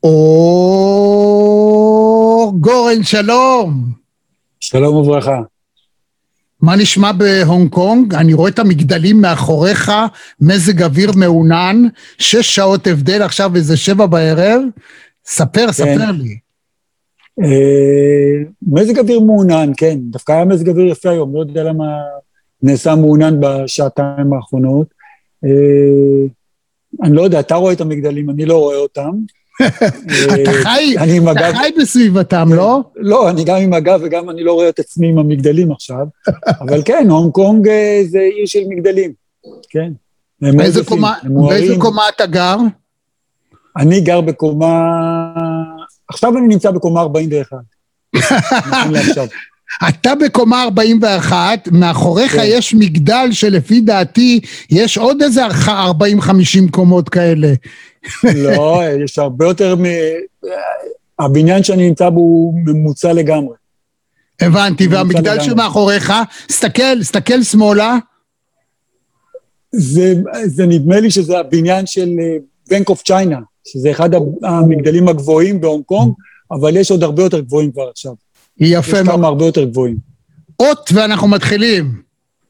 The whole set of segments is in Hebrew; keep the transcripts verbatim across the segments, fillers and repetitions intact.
אור גורן, שלום. שלום וברכה. מה נשמע בהונג קונג? אני רואה את המגדלים מאחוריך, מזג אוויר מעונן, שש שעות הבדל, עכשיו איזה שבע בערב. ספר, ספר לי. מזג אוויר מעונן, כן. דווקא היה מזג אוויר יפה היום, לא יודע למה נעשה מעונן בשעתיים האחרונות. אני לא יודע, אתה רואה את המגדלים, אני לא רואה אותם. אתה חי בסביבתם, לא? לא, אני גם עם הגב וגם אני לא רואה את עצמי עם המגדלים עכשיו, אבל כן, הונג קונג זה עיר של מגדלים, כן. באיזה קומה אתה גר? אני גר בקומה, עכשיו אני נמצא בקומה ארבעים ואחת. אתה בקומה ארבעים ואחת, מאחוריך יש מגדל שלפי דעתי יש עוד איזה ארבעים חמישים קומות כאלה. לא, יש הרבה יותר, הבניין שאני נמצא בו הוא ממוצע לגמרי. הבנתי, והמגדל שמאחוריך, סתכל, סתכל שמאלה. זה, זה נדמה לי שזה הבניין של Bank of China, שזה אחד המגדלים הגבוהים בהונג קונג, אבל יש עוד הרבה יותר גבוהים כבר עכשיו. יפה. יש כמה הרבה יותר גבוהים. אות ואנחנו מתחילים.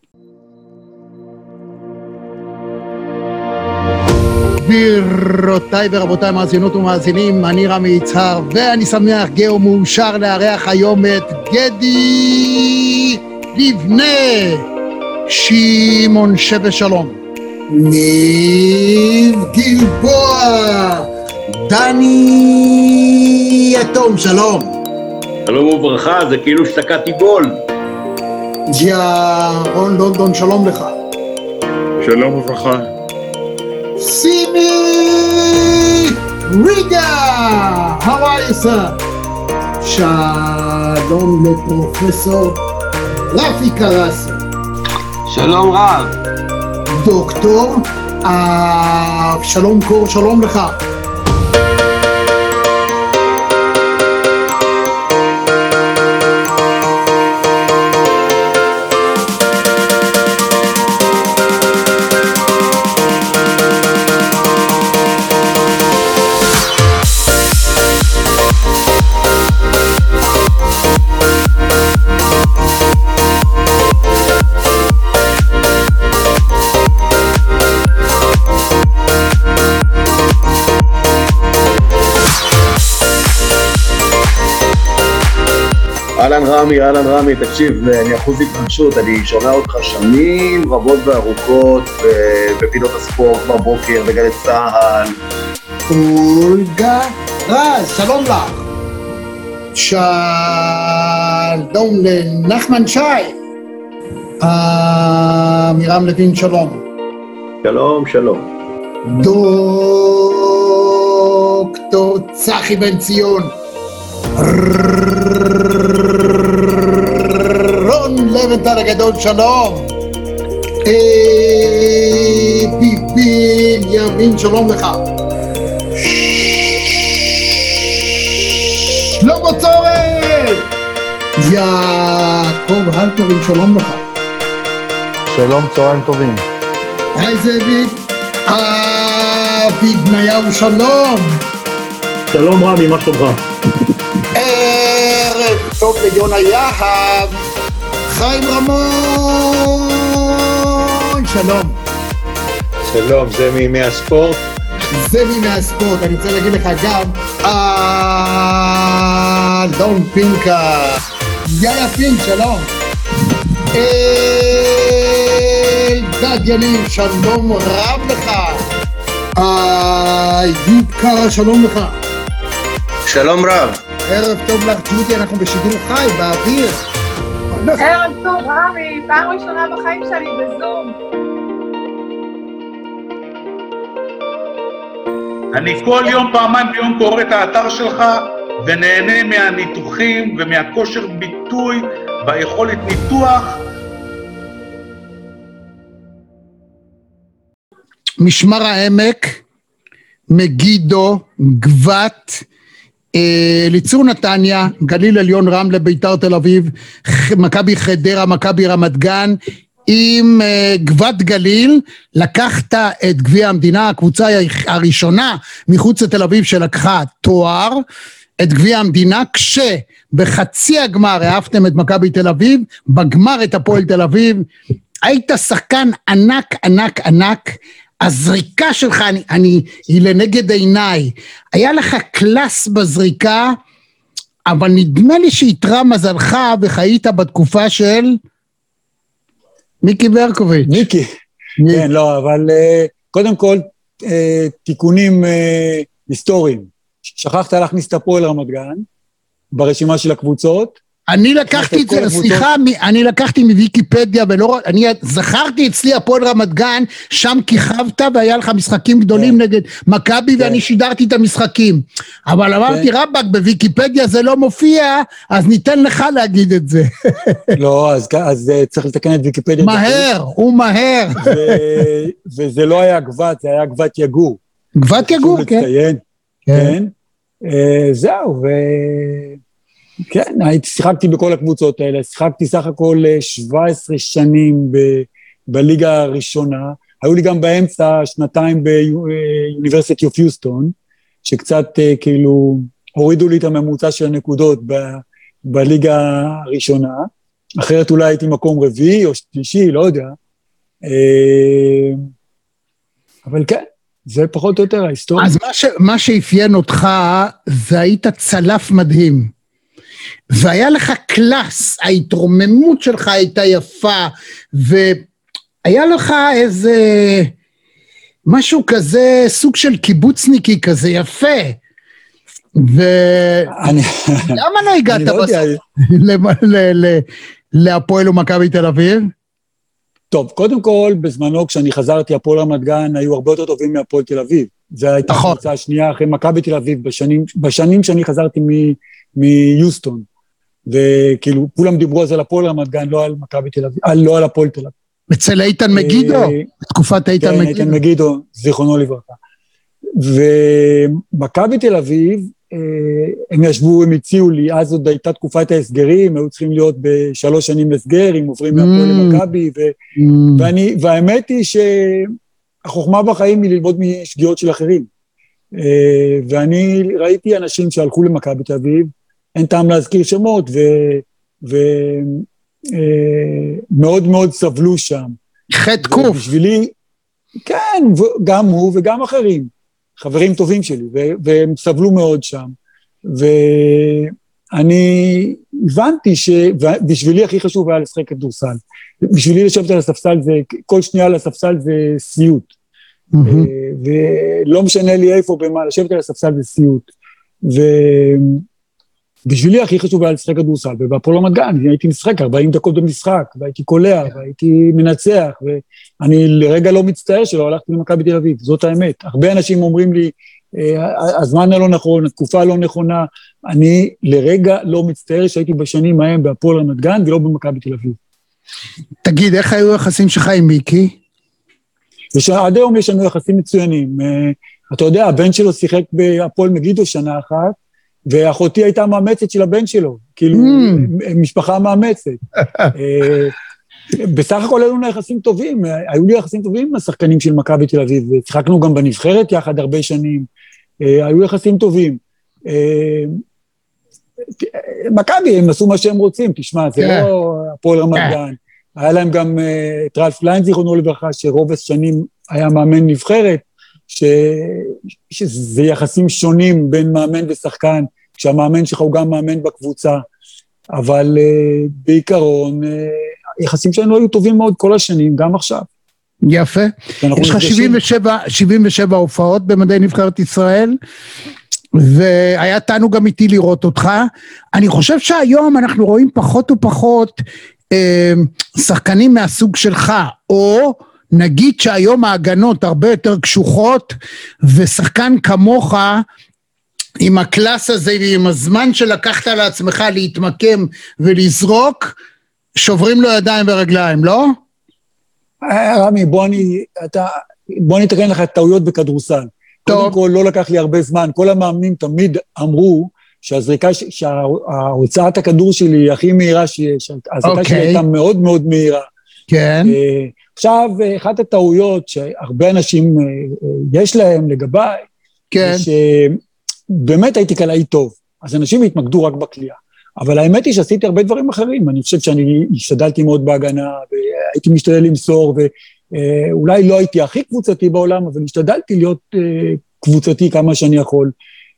גבירותיי ורבותיי מאזינות ומאזינים, אני רמי יצהר, ואני שמח גאו מאושר לארח היום את גדי לבנה, שמעון שווה שלום, ניב גלבוע, דני יתום שלום. שלום וברכה, זה כאילו שתקעתי בול. ג'ירון לונדון שלום לך. שלום וברכה. סימי ריגה, how are you sir? שלום לפרופסור רפי קרסי. שלום רב. דוקטור שלום קור, שלום לך. אהלן רמי, אהלן רמי, תקשיב, אני אחוז התרגשות, אני שומע אותך שנים רבות וארוכות בפינות הספורט בבוקר, בגלי צהל. אולגה רז, שלום לך. שלום לנחמן שי. מירם לוין, שלום. שלום, שלום. דוקטור צחי בן ציון. רון לבנטל הגדול, שלום. ביבי ימין, שלום לך. שלמה צורף. יעקב הלפרין, שלום לך. שלום, צהריים טובים. היי זאביק. אבי בניהו, שלום. שלום רמי, מה שלומך? ערב טוב ליונה יהב. חיים רמון, שלום. שלום, זה מימי הספורט? זה מימי הספורט, אני רוצה להגיד לך גם אלון פינקה. יאיה פינק, שלום. אלדד יניב, שלום רב לך. איוב קרא, שלום לך. שלום רב. ערב טוב לך ג'ודי, אנחנו בשידור חי, באוויר. ערב טוב רמי, פעם ראשונה בחיים שלי בזום. אני כל יום פעמיים ביום קורא את האתר שלך ונהנה מהניתוחים ומהכושר ביטוי והיכולת ניתוח. משמר העמק, מגידו, גבת, ליצור נתניה, גליל עליון, רמלה, ביתר תל אביב, מכבי חדרה, מכבי רמת גן, עם uh, גבעת גליל, לקחת את גביע המדינה, הקבוצה הראשונה מחוץ לתל אביב שלקחה תואר, את גביע המדינה, כשבחצי הגמר העפתם את מכבי תל אביב, בגמר את הפועל תל אביב, היית שחקן ענק ענק ענק, הזריקה שלך אני, אני, היא לנגד עיניי, היה לך קלאס בזריקה, אבל נדמה לי שיתרה מזלך וחיית בתקופה של מיקי ברקוביץ'. מיקי, כן, לא, אבל קודם כל תיקונים היסטוריים. שכחת להכניס את הפועל רמת גן ברשימה של הקבוצות. אני לקחתי את זה, סליחה, אני לקחתי מוויקיפדיה, ולא, אני זכרתי אצלי הפועל רמת גן, שם כיכבת והיה לך משחקים גדולים נגד מכבי, ואני שידרתי את המשחקים. אבל אמרתי, רבק, בוויקיפדיה זה לא מופיע, אז ניתן לך להגיד את זה. לא, אז צריך לתקן את ויקיפדיה. מהר, הוא מהר. וזה לא היה גבעת, זה היה גבעת יגור. גבעת יגור, כן. כן. זהו, ו... כן, הייתי, שיחקתי בכל הקבוצות האלה, שיחקתי סך הכל שבע עשרה שנים ב, בליגה הראשונה, היו לי גם באמצע שנתיים באוניברסיטי אוף יוסטון, שקצת כאילו הורידו לי את הממוצע של הנקודות ב, בליגה הראשונה, אחרת אולי הייתי מקום רביעי או שלישי, לא יודע, אבל כן, זה פחות או יותר ההיסטוריה. אז מה, ש, מה שאפיין אותך, זה היית צלף מדהים, והיה לך קלאס, ההתרוממות שלך הייתה יפה, והיה לך איזה משהו כזה, סוג של קיבוצניקי כזה יפה, ולמה לא הגעת להפועל ומכבי תל אביב? טוב, קודם כל, בזמנו כשאני חזרתי, הפועל רמת גן היו הרבה יותר טובים מהפועל תל אביב, זו הייתה הקבוצה השנייה אחרי מכבי תל אביב, בשנים, בשנים שאני חזרתי מ... מיוסטון, וכאילו כולם דיברו אז על הפועל רמת גן, לא על מכבי תל אביב, לא על הפועל תל אביב. אצל איתן מגידו, בתקופת איתן מגידו. כן, איתן מגידו, זיכרונו לברכה. ומכבי תל אביב, הם ישבו, הם הציעו לי, אז עוד הייתה תקופת ההסגרים, היו צריכים להיות בשלוש שנים הסגר, אם עוברים מהפועל למכבי, והאמת היא שהחוכמה בחיים היא ללמוד משגיאות של אחרים. ואני ראיתי אנשים שהלכו למכבי תל אביב, אין טעם להזכיר שמות, ומאוד מאוד סבלו שם. חטא קוף. בשבילי, כן, גם הוא וגם אחרים, חברים טובים שלי, והם סבלו מאוד שם. ואני הבנתי שבשבילי הכי חשוב היה לשחק כדורסל. בשבילי לשבת על הספסל, כל שנייה על הספסל זה סיוט. ולא משנה לי איפה במה, לשבת על הספסל זה סיוט. ובשבילי הכי חשוב היה לשחק כדורסל, ובהפועל רמת גן הייתי משחק ארבעים דקות במשחק, והייתי קולע, והייתי מנצח, ואני לרגע לא מצטער שלא הלכתי למכבי תל אביב, זאת האמת. הרבה אנשים אומרים לי, הזמן הלא נכון, התקופה הלא נכונה, אני לרגע לא מצטער שהייתי בשנים ההם בהפועל רמת גן, ולא במכבי תל אביב. תגיד, איך היו יחסים שלך עם מיקי? ושעד היום יש לנו יחסים מצוינים. אתה יודע, הבן שלו שיחק בהפועל מגידו שנה אחת, ואחותי הייתה מאמצת של הבן שלו, כאילו, משפחה מאמצת. בסך הכל היו לנו יחסים טובים, היו לי יחסים טובים עם השחקנים של מכבי תל אביב, וצחקנו גם בנבחרת יחד הרבה שנים, היו יחסים טובים. מכבי, הם עשו מה שהם רוצים, תשמע, זה לא הפועל רמת גן. היה להם גם את רלף קליין, זיכרונו לברכה, שרוב השנים היה מאמן נבחרת, ש... שזה יחסים שונים בין מאמן ושחקן, כשהמאמן שלך הוא גם מאמן בקבוצה, אבל uh, בעיקרון, uh, יחסים שלנו היו טובים מאוד כל השנים, גם עכשיו. יפה. יש לך שבעים ושבע הופעות במדי נבחרת ישראל, והיה תענוג גם איתי לראות אותך. אני חושב שהיום אנחנו רואים פחות ופחות אה, שחקנים מהסוג שלך, או נגיד שהיום ההגנות הרבה יותר קשוחות, ושחקן כמוך, עם הקלאס הזה ועם הזמן שלקחת לעצמך להתמקם ולזרוק, שוברים לו ידיים ורגליים, לא? רמי, בוא אני, אתה, בוא נתקן לך טעויות בכדורסל. טוב. קודם כל, לא לקח לי הרבה זמן. כל המאמנים תמיד אמרו שהזריקה, שההוצאת הכדור שלי היא הכי מהירה שיש. הזריקה okay. שלי הייתה מאוד מאוד מהירה. כן. עכשיו, אחת הטעויות שהרבה אנשים יש להם לגביי, כן. שבאמת הייתי קלעי טוב, אז אנשים התמקדו רק בקליעה. אבל האמת היא שעשיתי הרבה דברים אחרים, אני חושב שאני השתדלתי מאוד בהגנה, והייתי משתדל למסור, ואולי לא הייתי הכי קבוצתי בעולם, אבל השתדלתי להיות קבוצתי כמה שאני יכול.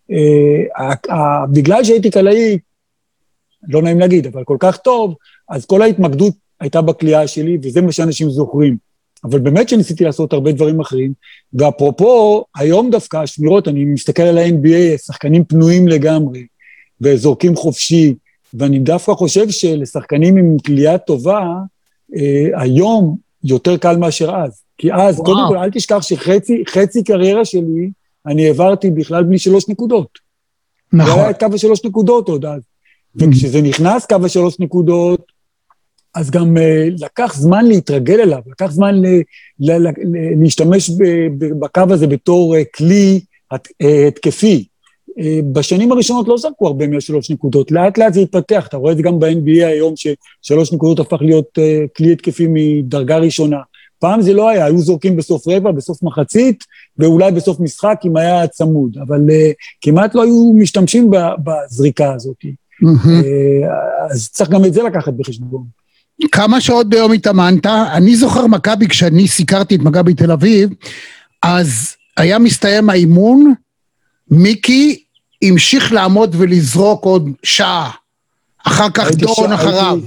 בגלל שהייתי קלעי, לא נעים להגיד, אבל כל כך טוב, אז כל ההתמקדות הייתה בקליעה שלי, וזה מה שאנשים זוכרים. אבל באמת שניסיתי לעשות הרבה דברים אחרים, ואפרופו, היום דווקא השמירות, אני מסתכל על ה-אן בי איי, שחקנים פנויים לגמרי, וזורקים חופשי, ואני דווקא חושב שלשחקנים עם קליעה טובה, אה, היום יותר קל מאשר אז. כי אז, וואו. קודם כל, אל תשכח שחצי חצי קריירה שלי, אני העברתי בכלל בלי שלוש נקודות. נכון. זה היה את קו השלוש נקודות עוד אז. וכשזה נכנס קו השלוש נקודות, אז גם uh, לקח זמן להתרגל אליו, לקח זמן ל, ל, ל, ל, להשתמש ב, ב, בקו הזה בתור uh, כלי הת, uh, התקפי. Uh, בשנים הראשונות לא זרקו הרבה מהשלוש נקודות, לאט לאט זה התפתח, אתה רואה את זה גם ב-אן בי איי היום, ששלוש נקודות הפך להיות uh, כלי התקפי מדרגה ראשונה. פעם זה לא היה, היו זורקים בסוף רבע, בסוף מחצית, ואולי בסוף משחק אם היה צמוד, אבל uh, כמעט לא היו משתמשים בזריקה הזאת. Mm-hmm. Uh, אז צריך גם את זה לקחת בחשבון. כמה שעות ביום התאמנת? אני זוכר מכבי, כשאני סיקרתי את מכבי תל אביב, אז היה מסתיים האימון, מיקי המשיך לעמוד ולזרוק עוד שעה, אחר כך דורון אחריו.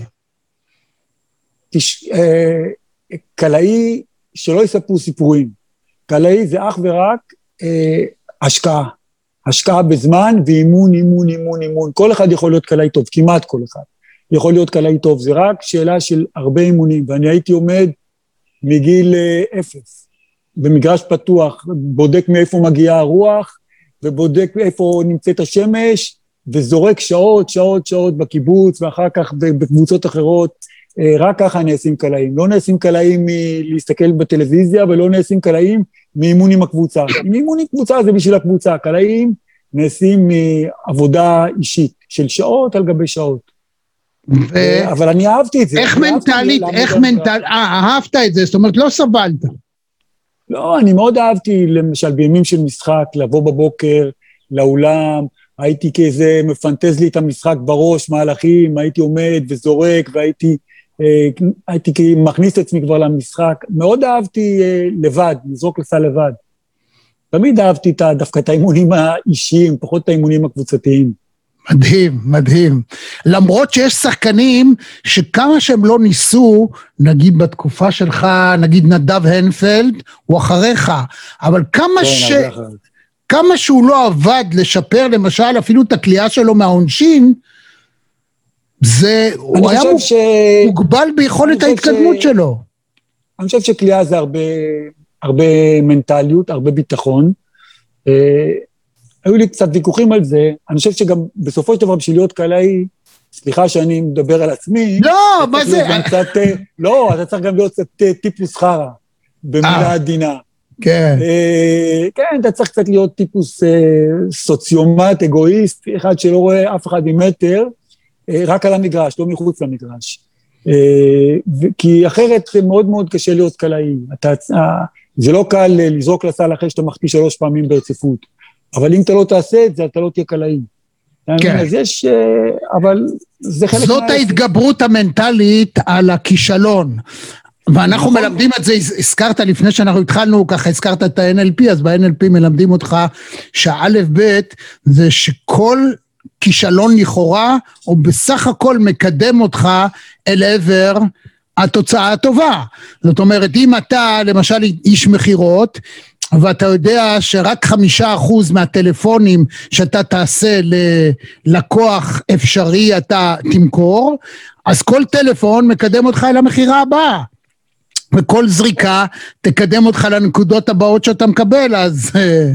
קלעי, שלא יספרו סיפורים, קלעי זה אך ורק אה, השקעה, השקעה בזמן ואימון, אימון, אימון, אימון, כל אחד יכול להיות קלעי טוב, כמעט כל אחד. יכול להיות קלעי טוב, זה רק שאלה של הרבה אימונים, ואני הייתי עומד מגיל אפס, במגרש פתוח, בודק מאיפה מגיעה הרוח, ובודק מאיפה נמצאת השמש, וזורק שעות, שעות, שעות בקיבוץ, ואחר כך בקבוצות אחרות, רק ככה נעשים קלעים. לא נעשים קלעים מלהסתכל בטלוויזיה, ולא נעשים קלעים מאימון עם הקבוצה. אימון עם קבוצה זה בשביל הקבוצה, קלעים נעשים מעבודה אישית, של שעות על גבי שעות. ו... אבל אני אהבתי את זה. איך מנטלית, איך מנטלית, אה, אהבת את זה, זאת אומרת, לא סבלת. לא, אני מאוד אהבתי, למשל, בימים של משחק, לבוא בבוקר, לאולם, הייתי כאיזה מפנטז לי את המשחק בראש, מהלכים, הייתי עומד וזורק, והייתי אה, הייתי מכניס את עצמי כבר למשחק. מאוד אהבתי אה, לבד, לזרוק לסל לבד. תמיד אהבתי את, דווקא את האימונים האישיים, פחות את האימונים הקבוצתיים. מדהים, מדהים. למרות שיש שחקנים שכמה שהם לא ניסו, נגיד בתקופה שלך, נגיד נדב הנפלד, הוא אחריך, אבל כמה, ש... כמה שהוא לא עבד לשפר, למשל, אפילו את הקליעה שלו מהעונשין, זה, הוא היה ש... מוגבל ביכולת ההתקדמות ש... שלו. אני חושב שקליעה זה הרבה, הרבה מנטליות, הרבה ביטחון, היו לי קצת ויכוחים על זה, אני חושב שגם בסופו של דבר בשביל להיות קלעי, סליחה שאני מדבר על עצמי, לא, מה זה? קצת, לא, אתה צריך גם להיות קצת טיפוס חרה, במילה עדינה. כן. כן, אתה צריך קצת להיות טיפוס סוציומט, אגואיסט, אחד שלא רואה אף אחד ממטר, רק על המגרש, לא מחוץ למגרש. כי אחרת זה מאוד מאוד קשה להיות קלעי. זה לא קל לזרוק לסל אחרי שאתה מחטיא שלוש פעמים ברציפות. אבל אם אתה לא תעשה את זה, אתה לא תהיה קלעי. כן. אז יש, אבל זה חלק... זאת ההתגברות המנטלית על הכישלון. ואנחנו מלמדים את זה, הזכרת לפני שאנחנו התחלנו, ככה הזכרת את ה-אן אל פי, אז ב-אן אל פי מלמדים אותך שהאלף בית זה שכל כישלון לכאורה, או בסך הכל מקדם אותך אל עבר התוצאה הטובה. זאת אומרת, אם אתה למשל איש מחירות, ואתה יודע שרק חמישה אחוז מהטלפונים שאתה תעשה ללקוח אפשרי אתה תמכור, אז כל טלפון מקדם אותך אל המחירה הבאה, וכל זריקה תקדם אותך לנקודות הבאות שאתה מקבל, אז...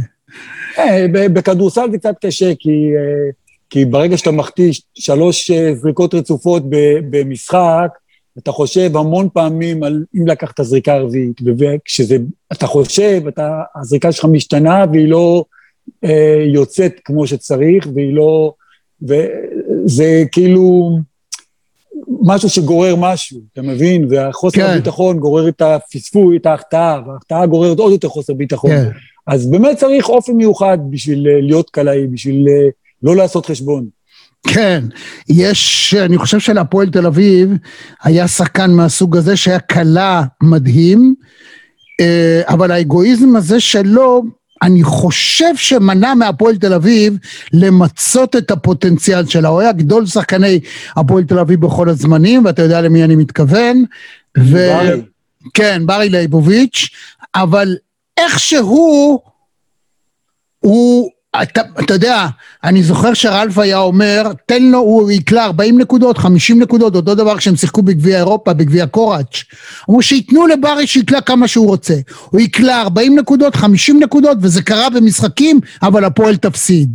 בכדורסל זה קצת קשה, כי, כי ברגע שאתה מחטיא שלוש זריקות רצופות במשחק, אתה חושב המון פעמים על אם לקחת את הזריקה הרביעית, וכשאתה חושב, אתה, הזריקה שלך משתנה, והיא לא אה, יוצאת כמו שצריך, והיא לא, וזה כאילו, משהו שגורר משהו, אתה מבין? והחוסר כן. הביטחון גורר את הפספוס, את ההחטאה, וההחטאה גוררת עוד יותר חוסר ביטחון. כן. אז באמת צריך אופן מיוחד בשביל להיות קלעי, בשביל לא לעשות חשבון. כן, יש, אני חושב שלהפועל תל אביב היה שחקן מהסוג הזה שהיה קלה מדהים, אבל האגואיזם הזה שלו, אני חושב שמנע מהפועל תל אביב למצות את הפוטנציאל שלה, הוא היה גדול שחקני הפועל תל אביב בכל הזמנים, ואתה יודע למי אני מתכוון, ו... ברי. כן, ברי ליבוביץ', אבל איכשהו, הוא, אתה, אתה יודע, אני זוכר שרלף היה אומר, תן לו, הוא יקלה ארבעים נקודות, חמישים נקודות, אותו דבר כשהם שיחקו בגביע אירופה, בגביע קוראץ'. אמרו שיתנו לברי שיקלה כמה שהוא רוצה. הוא יקלה ארבעים נקודות, חמישים נקודות, וזה קרה במשחקים, אבל הפועל תפסיד.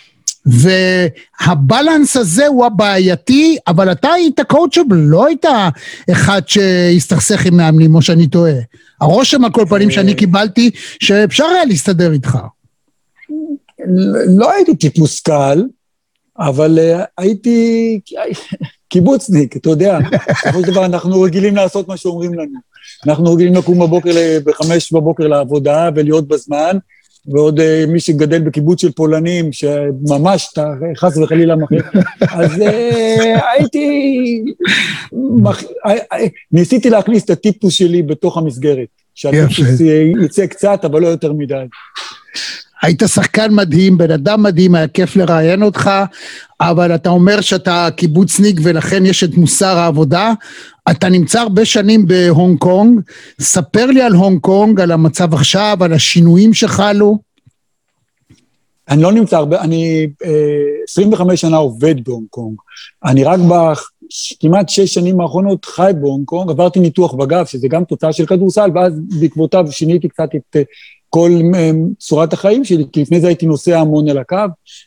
והבלנס הזה הוא הבעייתי, אבל אתה היית קואוצ'בל, לא היית אחד שהסתכסך עם מאמנים, או שאני טועה. הרושם על כל פנים שאני קיבלתי, שאפשר היה להסתדר איתך. לא הייתי טיפוס קל, אבל הייתי קיבוצניק, אתה יודע, בסופו של דבר אנחנו רגילים לעשות מה שאומרים לנו, אנחנו רגילים לקום בבוקר, בחמש בבוקר לעבודה ולהיות בזמן, ועוד מי שגדל בקיבוץ של פולנים, שממש חס וחלילה מחיר, אז הייתי, ניסיתי להכניס את הטיפוס שלי בתוך המסגרת, שהטיפוס יצא קצת, אבל לא יותר מדי. היית שחקן מדהים, בן אדם מדהים, היה כיף לראיין אותך, אבל אתה אומר שאתה קיבוצניק ולכן יש את מוסר העבודה, אתה נמצא הרבה שנים בהונג קונג, ספר לי על הונג קונג, על המצב עכשיו, על השינויים שחלו. אני לא נמצא הרבה, אני עשרים וחמש שנה עובד בהונג קונג, אני רק בכמעט שש שנים האחרונות חי בהונג קונג, עברתי ניתוח בגב, שזה גם תוצאה של כדורסל, ואז בעקבותיו שיניתי קצת את כל צורת החיים שלי, כי לפני זה הייתי נוסע המון על הקו,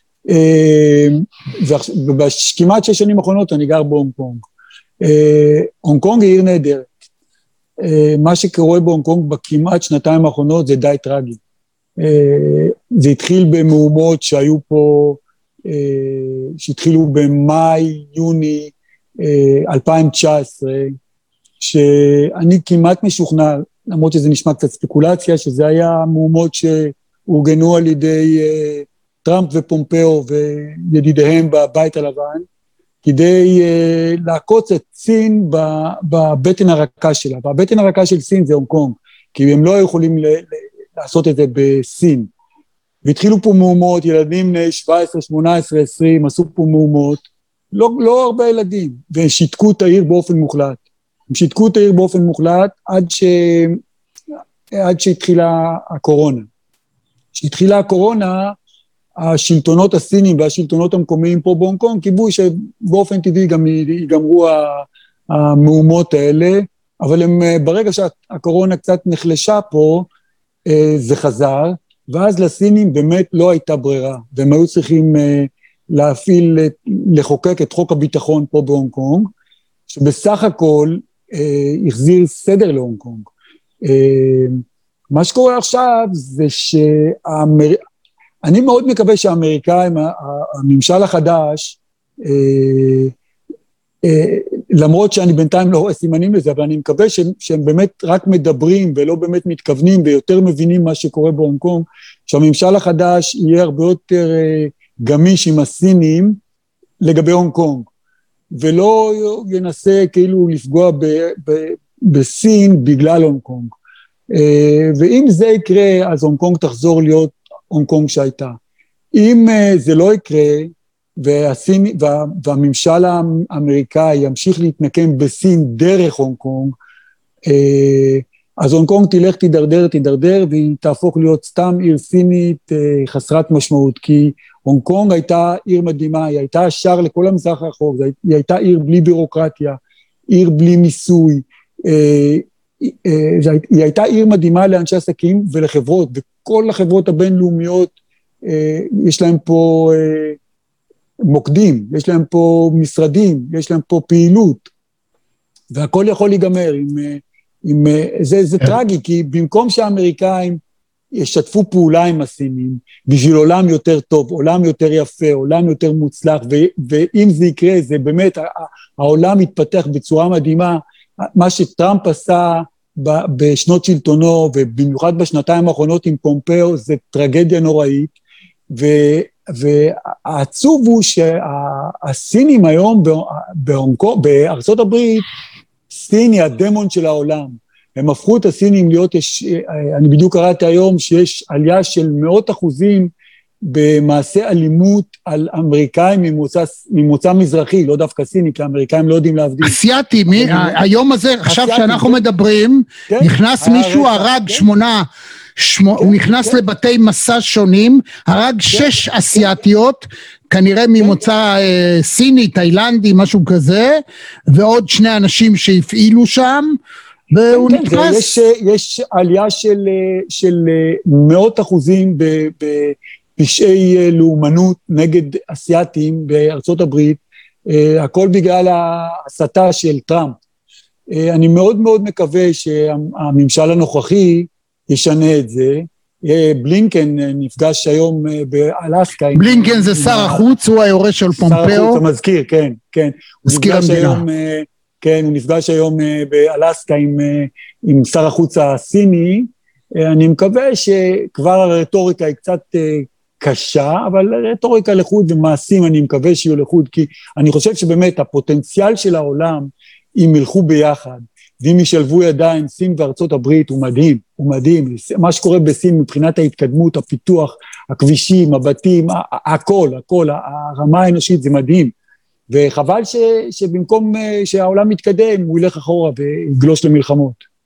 ובכמעט שש שנים האחרונות אני גר בהונג קונג. הונג קונג היא עיר נהדרת. מה שקורה בהונג קונג בכמעט שנתיים האחרונות זה די טרגי. זה התחיל במהומות שהיו פה, שהתחילו במאי, יוני אלפיים תשע עשרה, שאני כמעט משוכנע, למרות שזה נשמע קצת ספקולציה, שזה היה מהומות שהורגנו על ידי uh, טראמפ ופומפאו וידידיהם בבית הלבן, כדי uh, לעקוץ את סין בבטן הרכה שלה. והבטן הרכה של סין זה הונג קונג, כי הם לא יכולים ל- ל- לעשות את זה בסין. והתחילו פה מהומות, ילדים בני שבע עשרה, שמונה עשרה, עשרים, עשו פה מהומות, לא, לא הרבה ילדים, ושיתקו את העיר באופן מוחלט. הם שיתקו את העיר באופן מוחלט עד, ש... עד שהתחילה הקורונה. כשהתחילה הקורונה, השלטונות הסינים והשלטונות המקומיים פה בהונג קונג קיבלו שבאופן טבעי גם ייגמרו המהומות האלה, אבל הם, ברגע שהקורונה קצת נחלשה פה, זה חזר, ואז לסינים באמת לא הייתה ברירה, והם היו צריכים להפעיל, לחוקק את חוק הביטחון פה בהונג קונג, שבסך הכל החזיר סדר להונג קונג. מה שקורה עכשיו זה שהאמר... אני מאוד מקווה שהאמריקאים, הממשל החדש, למרות שאני בינתיים לא רואה סימנים לזה, אבל אני מקווה שהם, שהם באמת רק מדברים ולא באמת מתכוונים ויותר מבינים מה שקורה בהונג קונג, שהממשל החדש יהיה הרבה יותר גמיש עם הסינים לגבי הונג קונג. ולא ינסה כאילו לפגוע ב, ב, בסין בגלל הונג קונג. ואם זה יקרה, אז הונג קונג תחזור להיות הונג קונג שהייתה. אם זה לא יקרה, והסין, וה, והממשל האמריקאי ימשיך להתנקם בסין דרך הונג קונג, אז הונג קונג תלך תדרדר, תדרדר, והיא תהפוך להיות סתם עיר סינית חסרת משמעות, כי הונג קונג הייתה עיר מדהימה, היא הייתה השער לכל המזרח הרחוק, היא הייתה עיר בלי בירוקרטיה, עיר בלי מיסוי, היא הייתה עיר מדהימה לאנשי עסקים ולחברות, וכל החברות הבינלאומיות, יש להם פה מוקדים, יש להם פה משרדים, יש להם פה פעילות, והכל יכול להיגמר עם, עם זה, זה טרגי, כי במקום שהאמריקאים ישתפו פעולה עם הסינים, בשביל עולם יותר טוב, עולם יותר יפה, עולם יותר מוצלח, ו- ואם זה יקרה, זה באמת, העולם מתפתח בצורה מדהימה, מה שטראמפ עשה ב- בשנות שלטונו, ובמיוחד בשנתיים האחרונות עם פומפאו, זה טרגדיה נוראית, ו- והעצוב הוא שהסינים היום בהונקו, בארצות הברית, סין היא הדמון של העולם, הם הפכו את הסינים להיות, יש, אני בדיוק קראתי היום שיש עלייה של מאות אחוזים במעשה אלימות על אמריקאים ממוצא, ממוצא מזרחי, לא דווקא סיני, כי האמריקאים לא יודעים להבדיל. אסיאתי, מי, היום הזה, עכשיו שאנחנו מדברים, כן, נכנס מישהו, רצח, הרג כן. שמונה, שמו, כן, הוא נכנס כן. לבתי מסע שונים, הרג כן, שש כן. אסיאתיות, כנראה ממוצא אה, סיני, תאילנדי, משהו כזה, ועוד שני אנשים שהפעילו שם, והוא כן, כן, נתפס. יש, יש עלייה של, של מאות אחוזים בפשעי לאומנות נגד אסיאטים בארצות הברית, הכל בגלל ההסתה של טראמפ. אני מאוד מאוד מקווה שהממשל הנוכחי ישנה את זה. בלינקן נפגש היום באלסקה. בלינקן זה שר החוץ, הוא היורש של פומפאו. שר החוץ, המזכיר, כן, כן. מזכיר המדינה. כן, הוא נפגש היום באלסקה עם, עם שר החוץ הסיני, אני מקווה שכבר הרטוריקה היא קצת קשה, אבל רטוריקה לחוד ומעשים אני מקווה שיהיו לחוד, כי אני חושב שבאמת הפוטנציאל של העולם, אם ילכו ביחד, ואם ישלבו ידיים, סין וארצות הברית, הוא מדהים, הוא מדהים, מה שקורה בסין מבחינת ההתקדמות, הפיתוח, הכבישים, הבתים, הכל, הכל, הרמה האנושית זה מדהים, וחבל ש, שבמקום שהעולם מתקדם, הוא ילך אחורה ויגלוש למלחמות.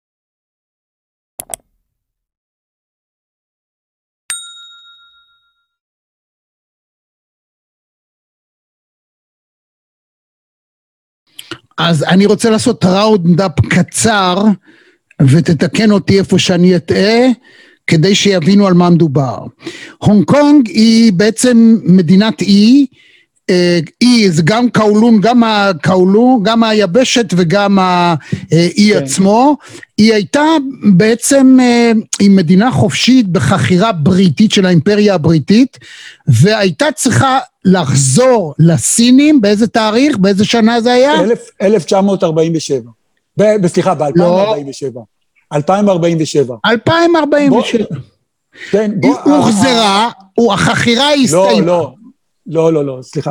אז אני רוצה לעשות ראונדאפ קצר, ותתקן אותי איפה שאני אטעה, כדי שיבינו על מה מדובר. הונג קונג היא בעצם מדינת אי, אי זה גם קאולון, גם הקאולון, גם היבשת וגם האי כן. עצמו, היא הייתה בעצם היא מדינה חופשית בחכירה בריטית של האימפריה הבריטית, והייתה צריכה לחזור לסינים, באיזה תאריך, באיזה שנה זה היה? אלף תשע מאות ארבעים ושבע, סליחה, ב-אלפיים ארבעים ושבע. אלפיים ארבעים ושבע. אלפיים ארבעים ושבע. כן, היא הוחזרה, החכירה הסתיימה. לא, לא. לא, לא, לא, סליחה.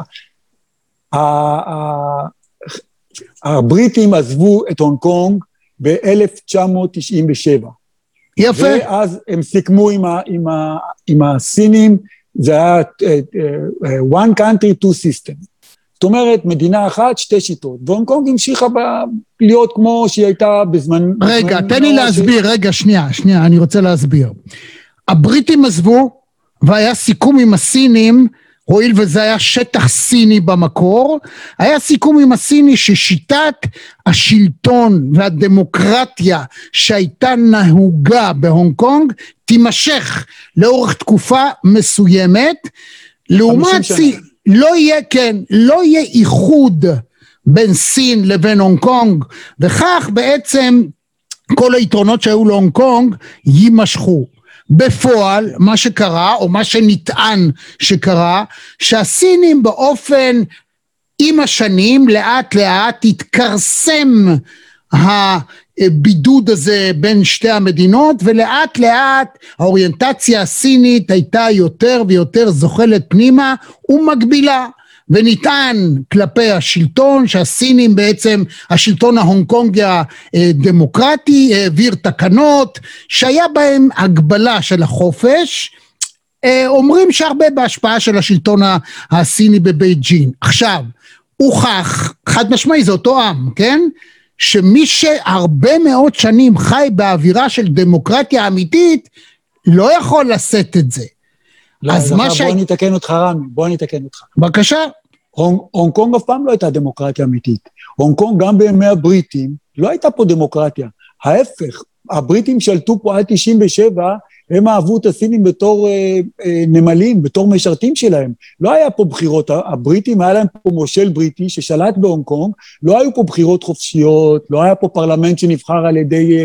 הבריטים עזבו את הונג קונג ב-אלף תשע מאות תשעים ושבע. יפה. ואז הם סיכמו עם, ה, עם, ה, עם הסינים, זה היה one country, two system. זאת אומרת, מדינה אחת, שתי שיטות. והונג קונג המשיכה ב, להיות כמו שהיא הייתה בזמן... רגע, בזמן תן לי להסביר, ש... רגע, שנייה, שנייה, אני רוצה להסביר. הבריטים עזבו, והיה סיכום עם הסינים, הואיל וזה היה שטח סיני במקור, היה סיכום עם הסיני ששיטת השלטון והדמוקרטיה שהייתה נהוגה בהונג קונג, תימשך לאורך תקופה מסוימת, לעומת סין, לא יהיה, כן, לא יהיה איחוד בין סין לבין הונג קונג, וכך בעצם כל היתרונות שהיו להונג קונג יימשכו. בפועל, מה שקרה, או מה שנטען שקרה, שהסינים באופן עם השנים, לאט לאט התקרסם הבידוד הזה בין שתי המדינות, ולאט לאט האוריינטציה הסינית הייתה יותר ויותר זוחלת פנימה ומגבילה. ונטען כלפי השלטון שהסינים בעצם השלטון ההונג קונגי הדמוקרטי העביר תקנות שהיה בהם הגבלה של החופש, אומרים שהרבה בהשפעה של השלטון הסיני בבייג'ין. עכשיו הוכח חד משמעי, זה אותו עם, כן? שמי שהרבה מאוד שנים חי באווירה של דמוקרטיה אמיתית לא יכול לשאת את זה. לא, אז מה ש... בוא נתקן אותך רמי, בוא נתקן אותך. בבקשה. הונג, הונג קונג אף פעם לא הייתה דמוקרטיה אמיתית. הונג קונג גם בימי הבריטים לא הייתה פה דמוקרטיה. ההפך, הבריטים שלטו פה עד תשעים ושבע, הם אהבו את הסינים בתור אה, אה, נמלים, בתור משרתים שלהם. לא היה פה בחירות, הבריטים היה להם פה מושל בריטי ששלט בהונג קונג, לא היו פה בחירות חופשיות, לא היה פה פרלמנט שנבחר על ידי... אה,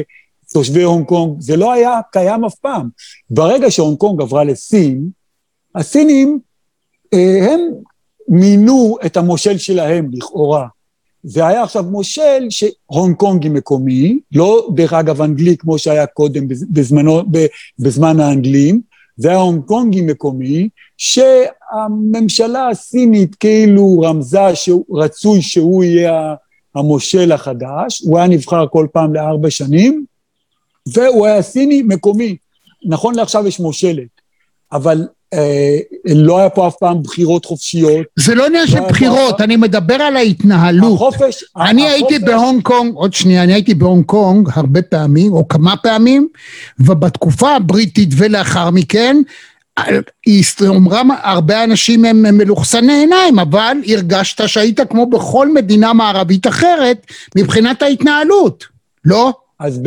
תושבי הונג קונג, זה לא היה קיים אף פעם. ברגע שהונג קונג עברה לסין, הסינים, הם מינו את המושל שלהם לכאורה. זה היה עכשיו מושל שהונג קונגי מקומי, לא דרך אגב אנגלי כמו שהיה קודם בזמנו, בזמן האנגלים, זה היה הונג קונגי מקומי, שהממשלה הסינית כאילו רמזה שרצוי שהוא יהיה המושל החדש, הוא היה נבחר כל פעם לארבע שנים, והוא היה סיני מקומי. נכון לעכשיו יש מושלת, אבל אה, לא היה פה אף פעם בחירות חופשיות. זה לא עניין של בחירות, פה... אני מדבר על ההתנהלות. החופש... אני החופש... הייתי בהונג קונג, עוד שנייה, אני הייתי בהונג קונג הרבה פעמים, או כמה פעמים, ובתקופה הבריטית ולאחר מכן, אומרם הרבה אנשים הם מלוכסני עיניים, אבל הרגשת שהיית כמו בכל מדינה מערבית אחרת, מבחינת ההתנהלות, לא? אז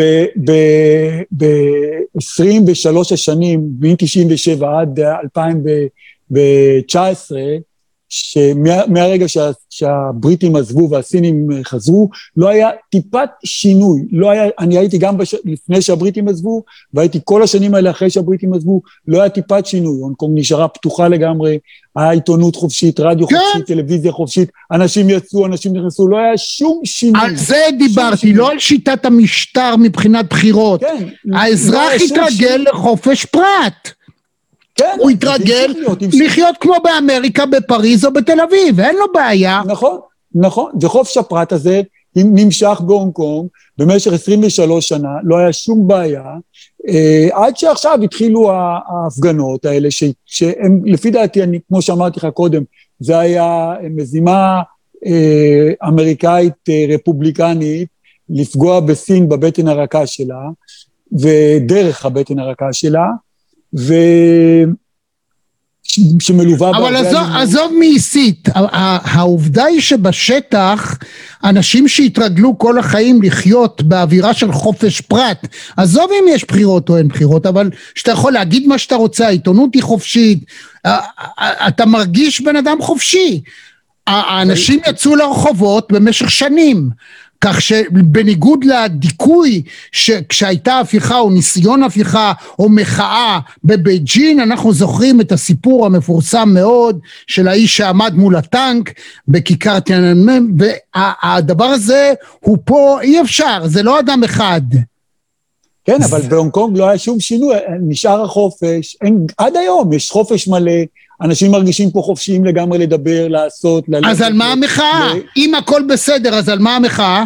ב-עשרים ושלוש השנים, מ-תשעים ושבע עד אלפיים ותשע עשרה, שמהרגע שה, שהבריטים עזבו והסינים חזרו, לא היה טיפת שינוי, לא היה, אני הייתי גם בש, לפני שהבריטים עזבו, והייתי כל השנים האלה אחרי שהבריטים עזבו, לא היה טיפת שינוי, הונג קונג נשארה פתוחה לגמרי, היה עיתונות חופשית, רדיו כן. חופשית, טלוויזיה חופשית, אנשים יצאו, אנשים נכנסו, לא היה שום שינוי. על זה דיברתי, לא על שיטת המשטר מבחינת בחירות, כן, האזרח לא התרגל לחופש פרט. כן, הוא התרגל לחיות כמו באמריקה, בפריז או בתל אביב, אין לו בעיה. נכון, נכון, וחופש הפרט הזה נמשך בהונג קונג במשך עשרים ושלוש שנה, לא היה שום בעיה, עד שעכשיו התחילו ההפגנות האלה, שהם לפי דעתי, אני, כמו שאמרתי לך קודם, זה היה מזימה אמריקאית רפובליקנית, לפגוע בסין בבטן הרכה שלה, ודרך הבטן הרכה שלה, ו... שמלווה... אבל עזוב, עזוב מי הסית, העובדה היא שבשטח אנשים שהתרגלו כל החיים לחיות באווירה של חופש פרט, עזוב אם יש בחירות או אין בחירות, אבל שאתה יכול להגיד מה שאתה רוצה, העיתונות היא חופשית, אתה מרגיש בן אדם חופשי, האנשים יצאו לרחובות במשך שנים, כך שבניגוד לדיכוי שכשהייתה הפיכה או ניסיון הפיכה או מחאה בבייג'ין, אנחנו זוכרים את הסיפור המפורסם מאוד של האיש שעמד מול הטנק בכיכר תיאננמן, והדבר הזה הוא פה אי אפשר, זה לא אדם אחד. כן, אבל בהונג קונג לא היה שום שינוי, נשאר החופש, אין, עד היום יש חופש מלא, אנשים מרגישים פה חופשיים לגמרי לדבר, לעשות, ללכת. אז על מה המחאה? אם הכל בסדר, אז על מה המחאה?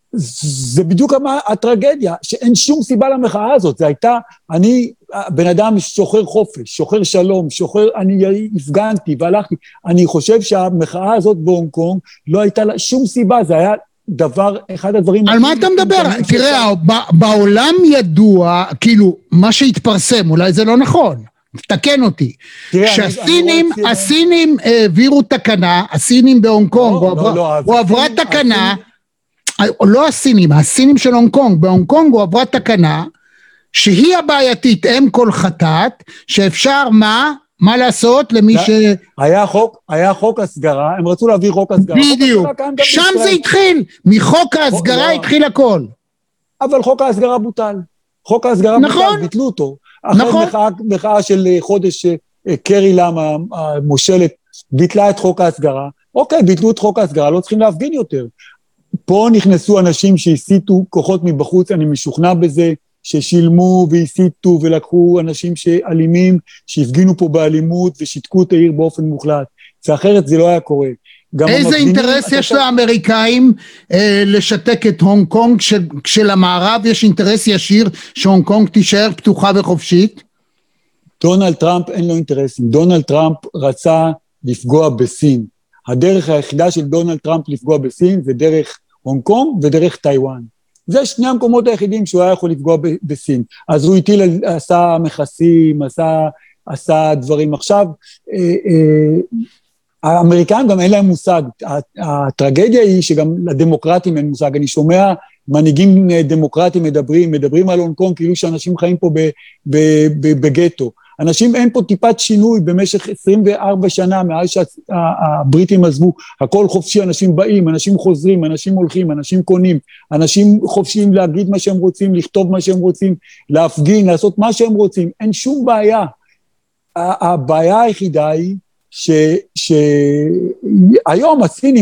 זה בדיוק הטרגדיה, שאין שום סיבה למחאה הזאת, זה הייתה, אני, בן אדם שוחר חופש, שוחר שלום, שוחר, אני הפגנתי והלכתי, אני חושב שהמחאה הזאת בהונג קונג לא הייתה לה שום סיבה, זה היה דבר, אחד הדברים... על מה אתה מדבר? תראה, בעולם ידוע, כאילו, מה שהתפרסם, אולי זה לא נכון, תקן אותי, שהסינים, הסינים העבירו תקנה, הסינים בהונג קונג, הוא עברה תקנה, לא הסינים, הסינים של הונג קונג, בהונג קונג הוא עברה תקנה, שהיא הבעייתית, אם כל חטאת, שאפשר מה, מה לעשות למי ש... היה חוק, היה חוק הסגרה, הם רצו להביא חוק הסגרה. בדיוק, שם זה התחיל, מחוק ההסגרה התחיל הכל. אבל חוק ההסגרה בוטל, חוק ההסגרה בוטל, ביטלו אותו. אחרי מחאה של חודש קרי למה המושלת ביטלה את חוק ההסגרה, אוקיי, ביטלו את חוק ההסגרה, לא צריכים להפגין יותר. פה נכנסו אנשים שהסיתו כוחות מבחוץ, אני משוכנע בזה, ששילמו והסיתו ולקחו אנשים שאלימים, שהפגינו פה באלימות ושיתקו את העיר באופן מוחלט. זה אחרת זה לא היה קורה. איזה אינטרס יש לאמריקאים אה, לשתק את הונג קונג, כשלמערב יש אינטרס ישיר שהונג קונג תישאר פתוחה וחופשית? דונלד טראמפ אין לו אינטרסים, דונלד טראמפ רצה לפגוע בסין, הדרך היחידה של דונלד טראמפ לפגוע בסין זה דרך הונג קונג ודרך טיואן, זה שני המקומות היחידים שהוא היה יכול לפגוע ב- בסין, אז הוא הטיל, עשה מכסים, עשה, עשה דברים עכשיו, אה, אה, האמריקאים גם אין להם מושג, הטרגדיה היא שגם לדמוקרטים אין מושג, אני שומע מנהיגים דמוקרטים מדברים, מדברים על הונג קונג כאילו שאנשים חיים פה בגטו, אנשים, אין פה טיפת שינוי במשך עשרים וארבע שנה, מאז שהבריטים עזבו, הכל חופשי, אנשים באים, אנשים חוזרים, אנשים הולכים, אנשים קונים, אנשים חופשיים להגיד מה שהם רוצים, לכתוב מה שהם רוצים, להפגין, לעשות מה שהם רוצים, אין שום בעיה. הבעיה היחידה היא, שהיום הסינים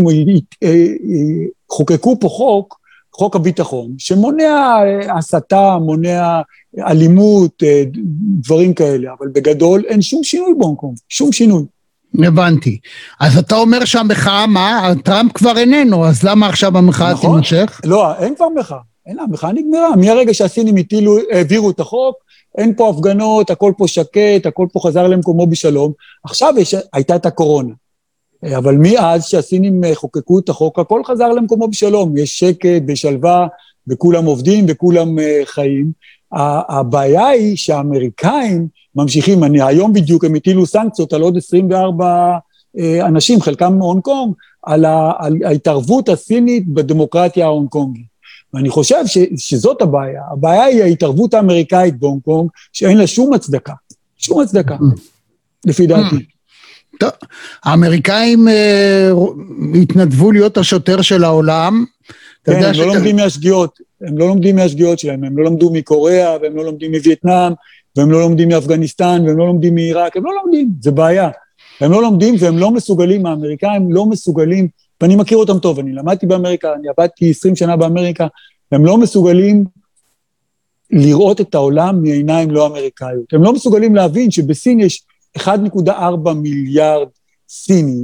חוקקו פה חוק, חוק הביטחון, שמונע הסתה, מונע אלימות, דברים כאלה, אבל בגדול אין שום שינוי בהונג קונג, שום שינוי. הבנתי. אז אתה אומר שהמחאה, מה? טראמפ כבר איננו, אז למה עכשיו המחאה נכון? תימשך? לא, אין כבר מחאה, אין, המחאה נגמרה, מהרגע שהסינים הטילו, העבירו את החוק, אין פה הפגנות, הכל פה שקט, הכל פה חזר למקומו בשלום, עכשיו יש, הייתה את הקורונה. אבל מאז שהסינים חוקקו את החוק, הכל חזר למקומו בשלום, יש שקט בשלווה, וכולם עובדים וכולם חיים. הבעיה היא שהאמריקאים ממשיכים, אני היום בדיוק הם הטילו סנקציות על עוד עשרים וארבע אנשים, חלקם מהונג קונג, על ההתערבות הסינית בדמוקרטיה ההונג קונגית. ואני חושב ש, שזאת הבעיה, הבעיה היא ההתערבות האמריקאית בהונג קונג, שאין לה שום הצדקה, שום הצדקה, לפי דעתי. טוב, האמריקאים אה, התנדבו להיות השוטר של העולם. כן, הם לא לומדים מהשגיאות, הם לא לומדים מהשגיאות שלהם, הם לא למדו מקוריאה, והם לא לומדים מווייטנאם, והם לא לומדים מאפגניסטן, והם לא לומדים מעיראק, הם לא לומדים, זה בעיה. הם לא לומדים והם לא מסוגלים, האמריקאים לא מסוגלים, ואני מכיר אותם טוב, אני למדתי באמריקה, אני עבדתי עשרים שנה באמריקה, הם לא מסוגלים לראות את העולם מעיניים לא אמריקאיות. הם לא מסוגלים להבין שבסין יש אחד נקודה ארבע מיליארד סינים,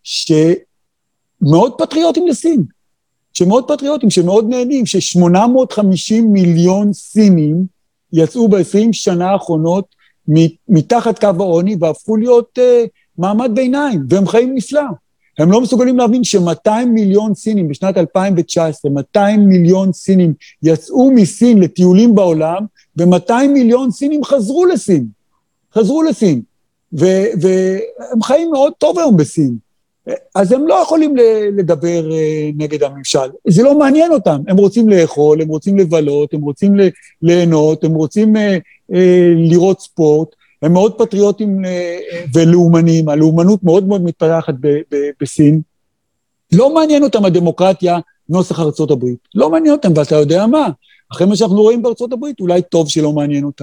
שמאוד פטריוטים לסין, שמאוד פטריוטים, שמאוד נהנים, ש-שמונה מאות וחמישים מיליון סינים יצאו ב-עשרים שנה האחרונות מתחת קו העוני, והפכו להיות uh, מעמד ביניים, והם חיים נפלא. הם לא מסוגלים להבין ש-מאתיים מיליון סינים, בשנת אלפיים תשע עשרה, מאתיים מיליון סינים יצאו מסין לטיולים בעולם, ו-מאתיים מיליון סינים חזרו לסין, חזרו לסין, ו- והם חיים מאוד טוב היום בסין. אז הם לא יכולים לדבר נגד הממשל, זה לא מעניין אותם, הם רוצים לאכול, הם רוצים לבלות, הם רוצים ליהנות, הם רוצים לראות ספורט, הם מאוד פטריוטים ולאומנים, הלאומנות מאוד מאוד מתפתחת בסין, לא מעניין אותם הדמוקרטיה נוסח ארצות הברית, לא מעניין אותם, ואתה יודע מה, אחרי מה שאנחנו רואים בארצות הברית, אולי טוב שלא מעניין אותם.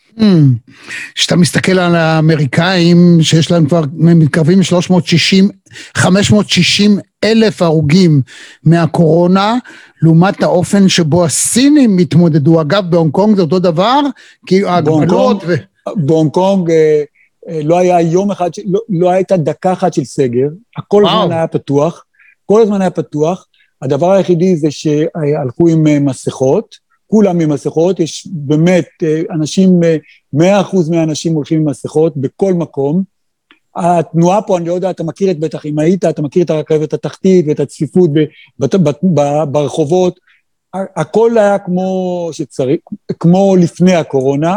כשאתה מסתכל על האמריקאים שיש להם כבר מתקרבים שלוש מאות ושישים, חמש מאות ושישים אלף הרוגים מהקורונה, לעומת האופן שבו הסינים מתמודדו, אגב בהונג קונג זה אותו דבר, כי ההגבלות ו... בהונג קונג לא היה יום אחד, לא, לא הייתה דקה אחת של סגר, כל הזמן היה פתוח, כל הזמן היה פתוח, הדבר היחידי זה שהלכו עם מסכות, כולם עם מסכות, יש באמת אנשים, מאה אחוז מהאנשים הולכים עם מסכות בכל מקום, התנועה פה, אני לא יודע, אתה מכיר את בטח, אם היית, אתה מכיר את הרכבת התחתית ואת הצפיפות ברחובות, הכל היה כמו שצריך, כמו לפני הקורונה,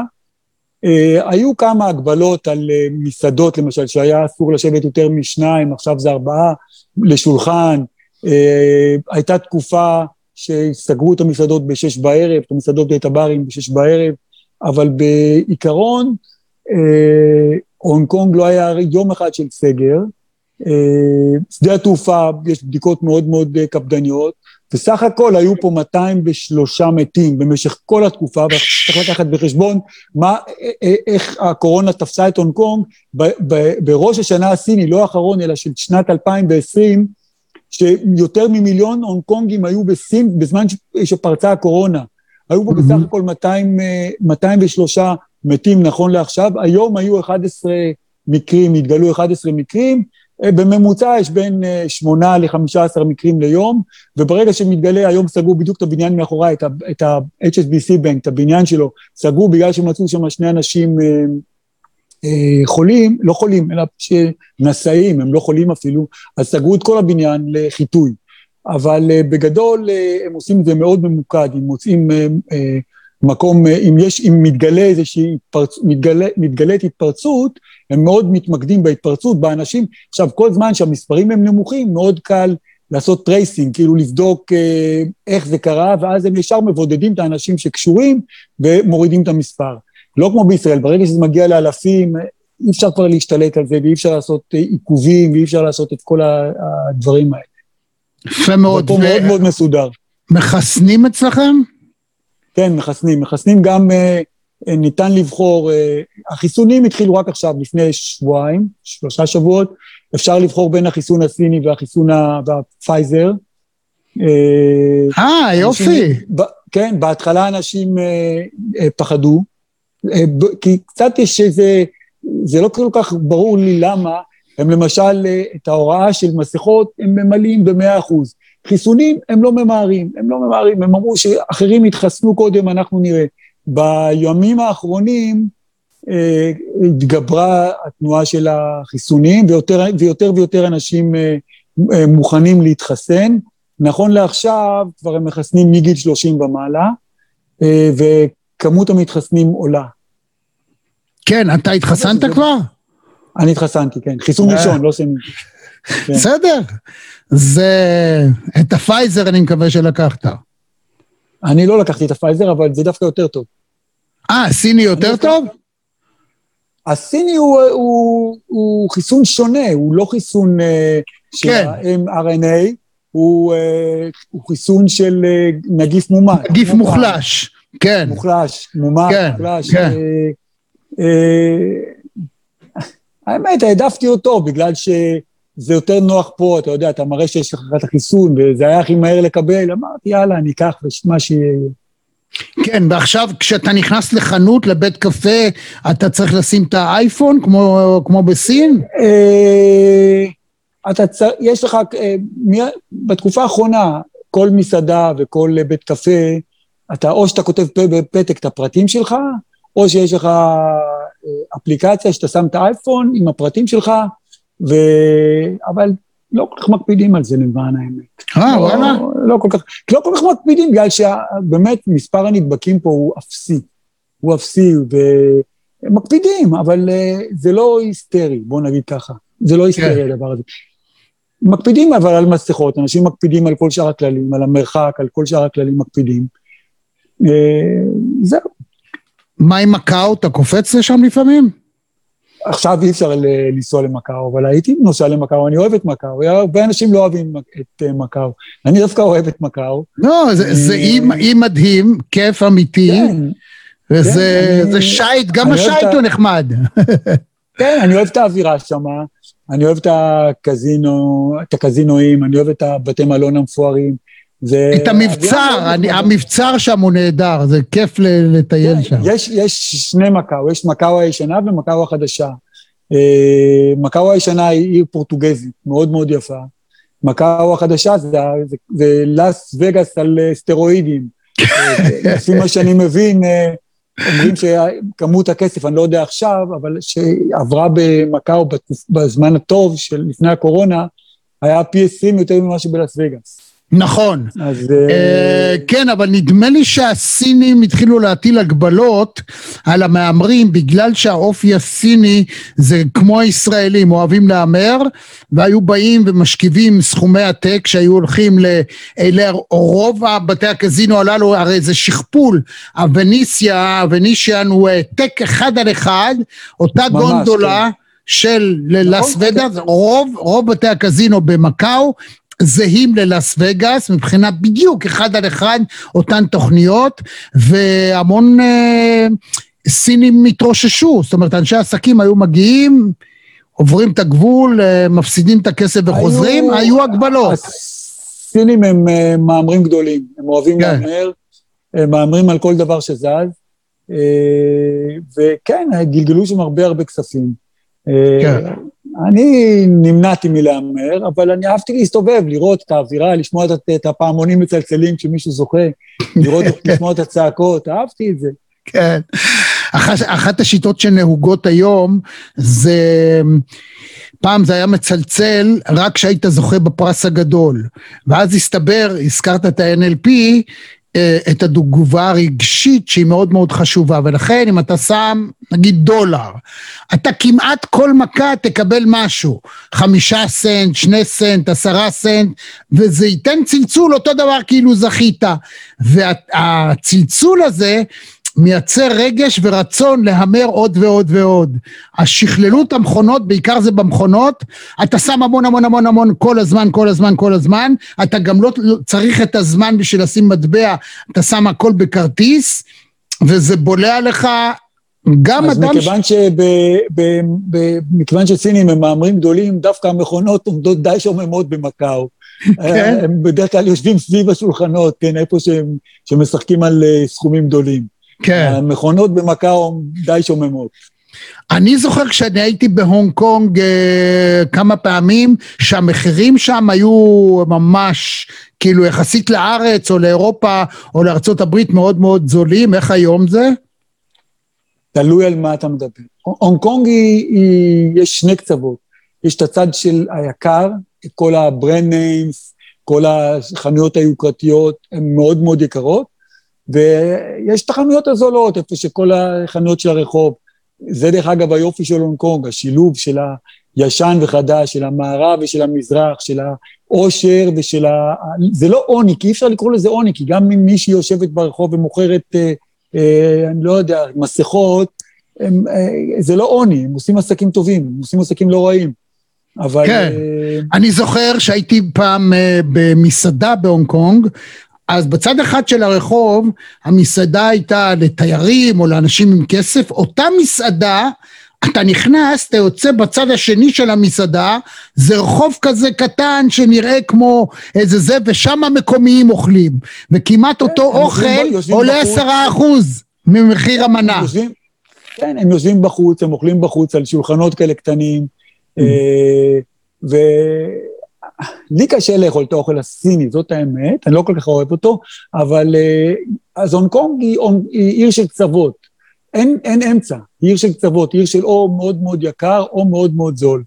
היו כמה הגבלות על מסעדות, למשל, שהיה אסור לשבת יותר משניים, עכשיו זה ארבעה לשולחן, הייתה תקופה, שסגרו את המסעדות בשש בערב, את המסעדות ואת הברים בשש בערב, אבל בעיקרון, אה, הונג קונג לא היה יום אחד של סגר, אה, שדה התעופה יש בדיקות מאוד מאוד קפדניות, וסך הכל היו פה מאתיים ושלושה מתים במשך כל התקופה, וצריך לקחת בחשבון מה, איך הקורונה תפסה את הונג קונג, ב, ב, בראש השנה הסיני, לא האחרון, אלא של שנת אלפיים ועשרים, שיותר ממיליון הונג קונגים היו בסין, בזמן שפרצה הקורונה, היו פה בסך הכל מאתיים ושלושה מתים נכון לעכשיו, היום היו אחד עשר מקרים, התגלו אחד עשר מקרים, בממוצע יש בין שמונה ל-חמישה עשר מקרים ליום, וברגע שמתגלה, היום סגרו בדיוק את הבניין מאחורי, את ה-אייץ' אס בי סי Bank, את הבניין שלו, סגרו בגלל שמצאו שם שני אנשים חולים, לא חולים, אלא שנשאים, הם לא חולים אפילו, אז סגרו את כל הבניין לחיטוי, אבל בגדול הם עושים את זה מאוד ממוקד, אם מוצאים מקום, אם יש, אם מתגלה איזושהי, מתגלה, מתגלית התפרצות, הם מאוד מתמקדים בהתפרצות באנשים, עכשיו כל זמן שהמספרים הם נמוכים, מאוד קל לעשות טרייסינג, כאילו לבדוק איך זה קרה, ואז הם ישר מבודדים את האנשים שקשורים, ומורידים את המספר. לא כמו בישראל, ברגע שזה מגיע לאלפים, אי אפשר כבר להשתלט על זה, ואי אפשר לעשות עיכובים, ואי אפשר לעשות את כל הדברים האלה. יפה מאוד. ופה מאוד מאוד מסודר. מחסנים אצלכם? כן, מחסנים. מחסנים גם ניתן לבחור, החיסונים התחילו רק עכשיו, לפני שבועיים, שלושה שבועות, אפשר לבחור בין החיסון הסיני והחיסון הפייזר. אה, יופי. כן, בהתחלה אנשים פחדו, כי קצת יש איזה, זה לא כל כך ברור לי למה, הם למשל את ההוראה של מסכות הם ממלאים במאה אחוז, חיסונים הם לא ממהרים, הם לא ממהרים, הם אמרו שאחרים התחסנו קודם, אנחנו נראה. בימים האחרונים התגברה התנועה של החיסונים, ויותר ויותר, ויותר אנשים מוכנים להתחסן, נכון לעכשיו כבר הם מחסנים מגיל שלושים במעלה, וכמות המתחסנים עולה. כן, אתה התחסנת כבר? אני התחסנתי, כן. חיסון ראשון, לא שני. בסדר. זה, את הפייזר אני מקווה שלקחת. אני לא לקחתי את הפייזר, אבל זה דווקא יותר טוב. אה, הסיני יותר טוב? הסיני הוא, הוא, הוא חיסון שונה, הוא לא חיסון של ה-אם אר אן איי, הוא, הוא חיסון של נגיף מומש. נגיף מוחלש, כן. מוחלש, מומש, כן, מוחלש. כן. אה, אה, האמת, העדפתי אותו, בגלל שזה יותר נוח פה, אתה יודע, אתה מראה שיש לך את החיסון, וזה היה הכי מהר לקבל, אמרתי, יאללה, אני אקח מה שיהיה. כן, ועכשיו כשאתה נכנס לחנות, לבית קפה, אתה צריך לשים את האייפון, כמו, כמו בסין? אה, אתה צר... יש לך, בתקופה האחרונה, כל מסעדה וכל בית קפה, אתה או שאתה כותב בפתק את הפרטים שלך, או שיש לך אפליקציה שאתה שם את האייפון עם הפרטים שלך, ו... אבל לא כל כך מקפידים על זה למען האמת. אה, וואלה? לא, לא כל כך, לא כל כך מקפידים, בגלל שבאמת מספר הנדבקים פה הוא אפסי, הוא אפסי, והם מקפידים, אבל זה לא היסטרי, בוא נגיד ככה, זה לא היסטרי הדבר הזה. מקפידים אבל על מסכות, אנשים מקפידים על כל שאר הכללים, על המרחק, על כל שאר הכללים מקפידים. זהו. מה עם מקאו? אתה קופץ לשם לפעמים? עכשיו אי אפשר לנסוע למקאו, אבל הייתי נוסע למקאו, אני אוהב את מקאו, הרבה אנשים לא אוהבים את מקאו, אני דווקא אוהב את מקאו. לא, זה אי מדהים, כיף אמיתי, וזה שייט, גם השייט הוא נחמד. כן, אני אוהב את האווירה שם, אני אוהב את הקזינו, את הקזינואים, אני אוהב את הבתי מלון המפוארים. את המבצר, המבצר שם הוא נהדר, זה כיף לטייל שם. יש שני מקאו, יש מקאו הישנה ומקאו החדשה. מקאו הישנה היא עיר פורטוגזית, מאוד מאוד יפה. מקאו החדשה זה לס וגאס על סטרואידים. לפי מה שאני מבין, אומרים שכמות הכסף, אני לא יודע עכשיו, אבל שעברה במקאו בזמן הטוב של לפני הקורונה, היה פי עשרים יותר ממה שבלס וגאס. נכון, כן, אבל נדמה לי שהסינים התחילו להטיל הגבלות על המאמרים, בגלל שהאופי הסיני זה כמו הישראלים, אוהבים לאמר, והיו באים ומשכיבים סכומי עתק שהיו הולכים לרוב בתי הקזינו הללו, הרי זה שכפול, הווניסיה, הוונישיאן הוא העתק אחד על אחד, אותה גונדולה של לס וגאס, רוב בתי הקזינו במקאו, זהים ללס וגאס, מבחינה בדיוק אחד על אחד, אותן תוכניות, והמון אה, סינים מתרוששו, זאת אומרת, אנשי עסקים היו מגיעים, עוברים את הגבול, אה, מפסידים את הכסף וחוזרים, היו, היו הגבלות. הסינים הם אה, מאמרים גדולים, הם אוהבים כן. לאמר, הם מאמרים על כל דבר שזז, אה, וכן, גלגלו שם הרבה הרבה כספים. אה, כן. אני נמנעתי מלאמר, אבל אני אהבתי להסתובב, לראות את האווירה, לשמוע את הפעמונים מצלצלים כשמישהו זוכה, לראות, לשמוע את הצעקות, אהבתי את זה. כן. אחת, אחת השיטות שנהוגות היום, זה, פעם זה היה מצלצל, רק שהיית זוכה בפרס הגדול, ואז הסתבר, הזכרת את ה-אן אל פי, את התגובה הרגשית שהיא מאוד מאוד חשובה, ולכן אם אתה שם נגיד דולר, אתה כמעט כל מכה תקבל משהו, חמישה סנט, שני סנט, עשרה סנט, וזה ייתן צלצול אותו דבר כאילו זכית, והצלצול הזה מייצר רגש ורצון להמר עוד ועוד ועוד. השכללות המכונות, בעיקר זה במכונות, אתה שם המון המון המון המון כל הזמן, כל הזמן, כל הזמן, אתה גם לא צריך את הזמן בשביל לשים מטבע, אתה שם הכל בכרטיס, וזה בולע לך גם אז אדם... אז מכיוון ש... מכיוון שסינים הם מאמרים גדולים, דווקא המכונות עומדות די שוממות במקאו. כן. הם בדרך כלל יושבים סביב השולחנות, כן, איפה שהם, שמשחקים על סכומים גדולים. כן. המכונות במקאו די שוממות. אני זוכר כשאני הייתי בהונג קונג אה, כמה פעמים, שהמחירים שם היו ממש, כאילו יחסית לארץ או לאירופה או לארצות הברית מאוד מאוד זולים. איך היום זה? תלוי על מה אתה מדבר. הונג קונג היא, היא, יש שני קצוות. יש את הצד של היקר, כל הברנד ניימס, כל החנויות היוקרתיות, הן מאוד מאוד יקרות, ויש את החנויות הזולות, איפה שכל החנויות של הרחוב, זה דרך אגב היופי של הונג קונג, השילוב של הישן וחדש, של המערב ושל המזרח, של העושר ושל ה... זה לא עוני, כי אי אפשר לקרוא לזה עוני, כי גם אם מישהי יושבת ברחוב ומוכרת, אה, אה, אני לא יודע, מסכות, הם, אה, זה לא עוני, הם עושים עסקים טובים, הם עושים עסקים לא רעים. אבל... כן, אה... אני זוכר שהייתי פעם אה, במסעדה בהונג קונג, אז בצד אחד של הרחוב, המסעדה הייתה לתיירים או לאנשים עם כסף, אותה מסעדה, אתה נכנס, אתה יוצא בצד השני של המסעדה, זה רחוב כזה קטן שנראה כמו איזה זה, ושם המקומיים אוכלים, וכמעט אותו אוכל עולה עשרה אחוז ממחיר המנה. כן, הם יושבים בחוץ, הם אוכלים בחוץ על שולחנות כאלה קטנים, ו... לי קשה לאכול את האוכל הסיני, זאת האמת, אני לא כל כך אוהב אותו, אבל אז הונג קונג היא, היא עיר של קצוות, אין, אין אמצע, היא עיר של קצוות, עיר של או מאוד מאוד יקר, או מאוד מאוד זול.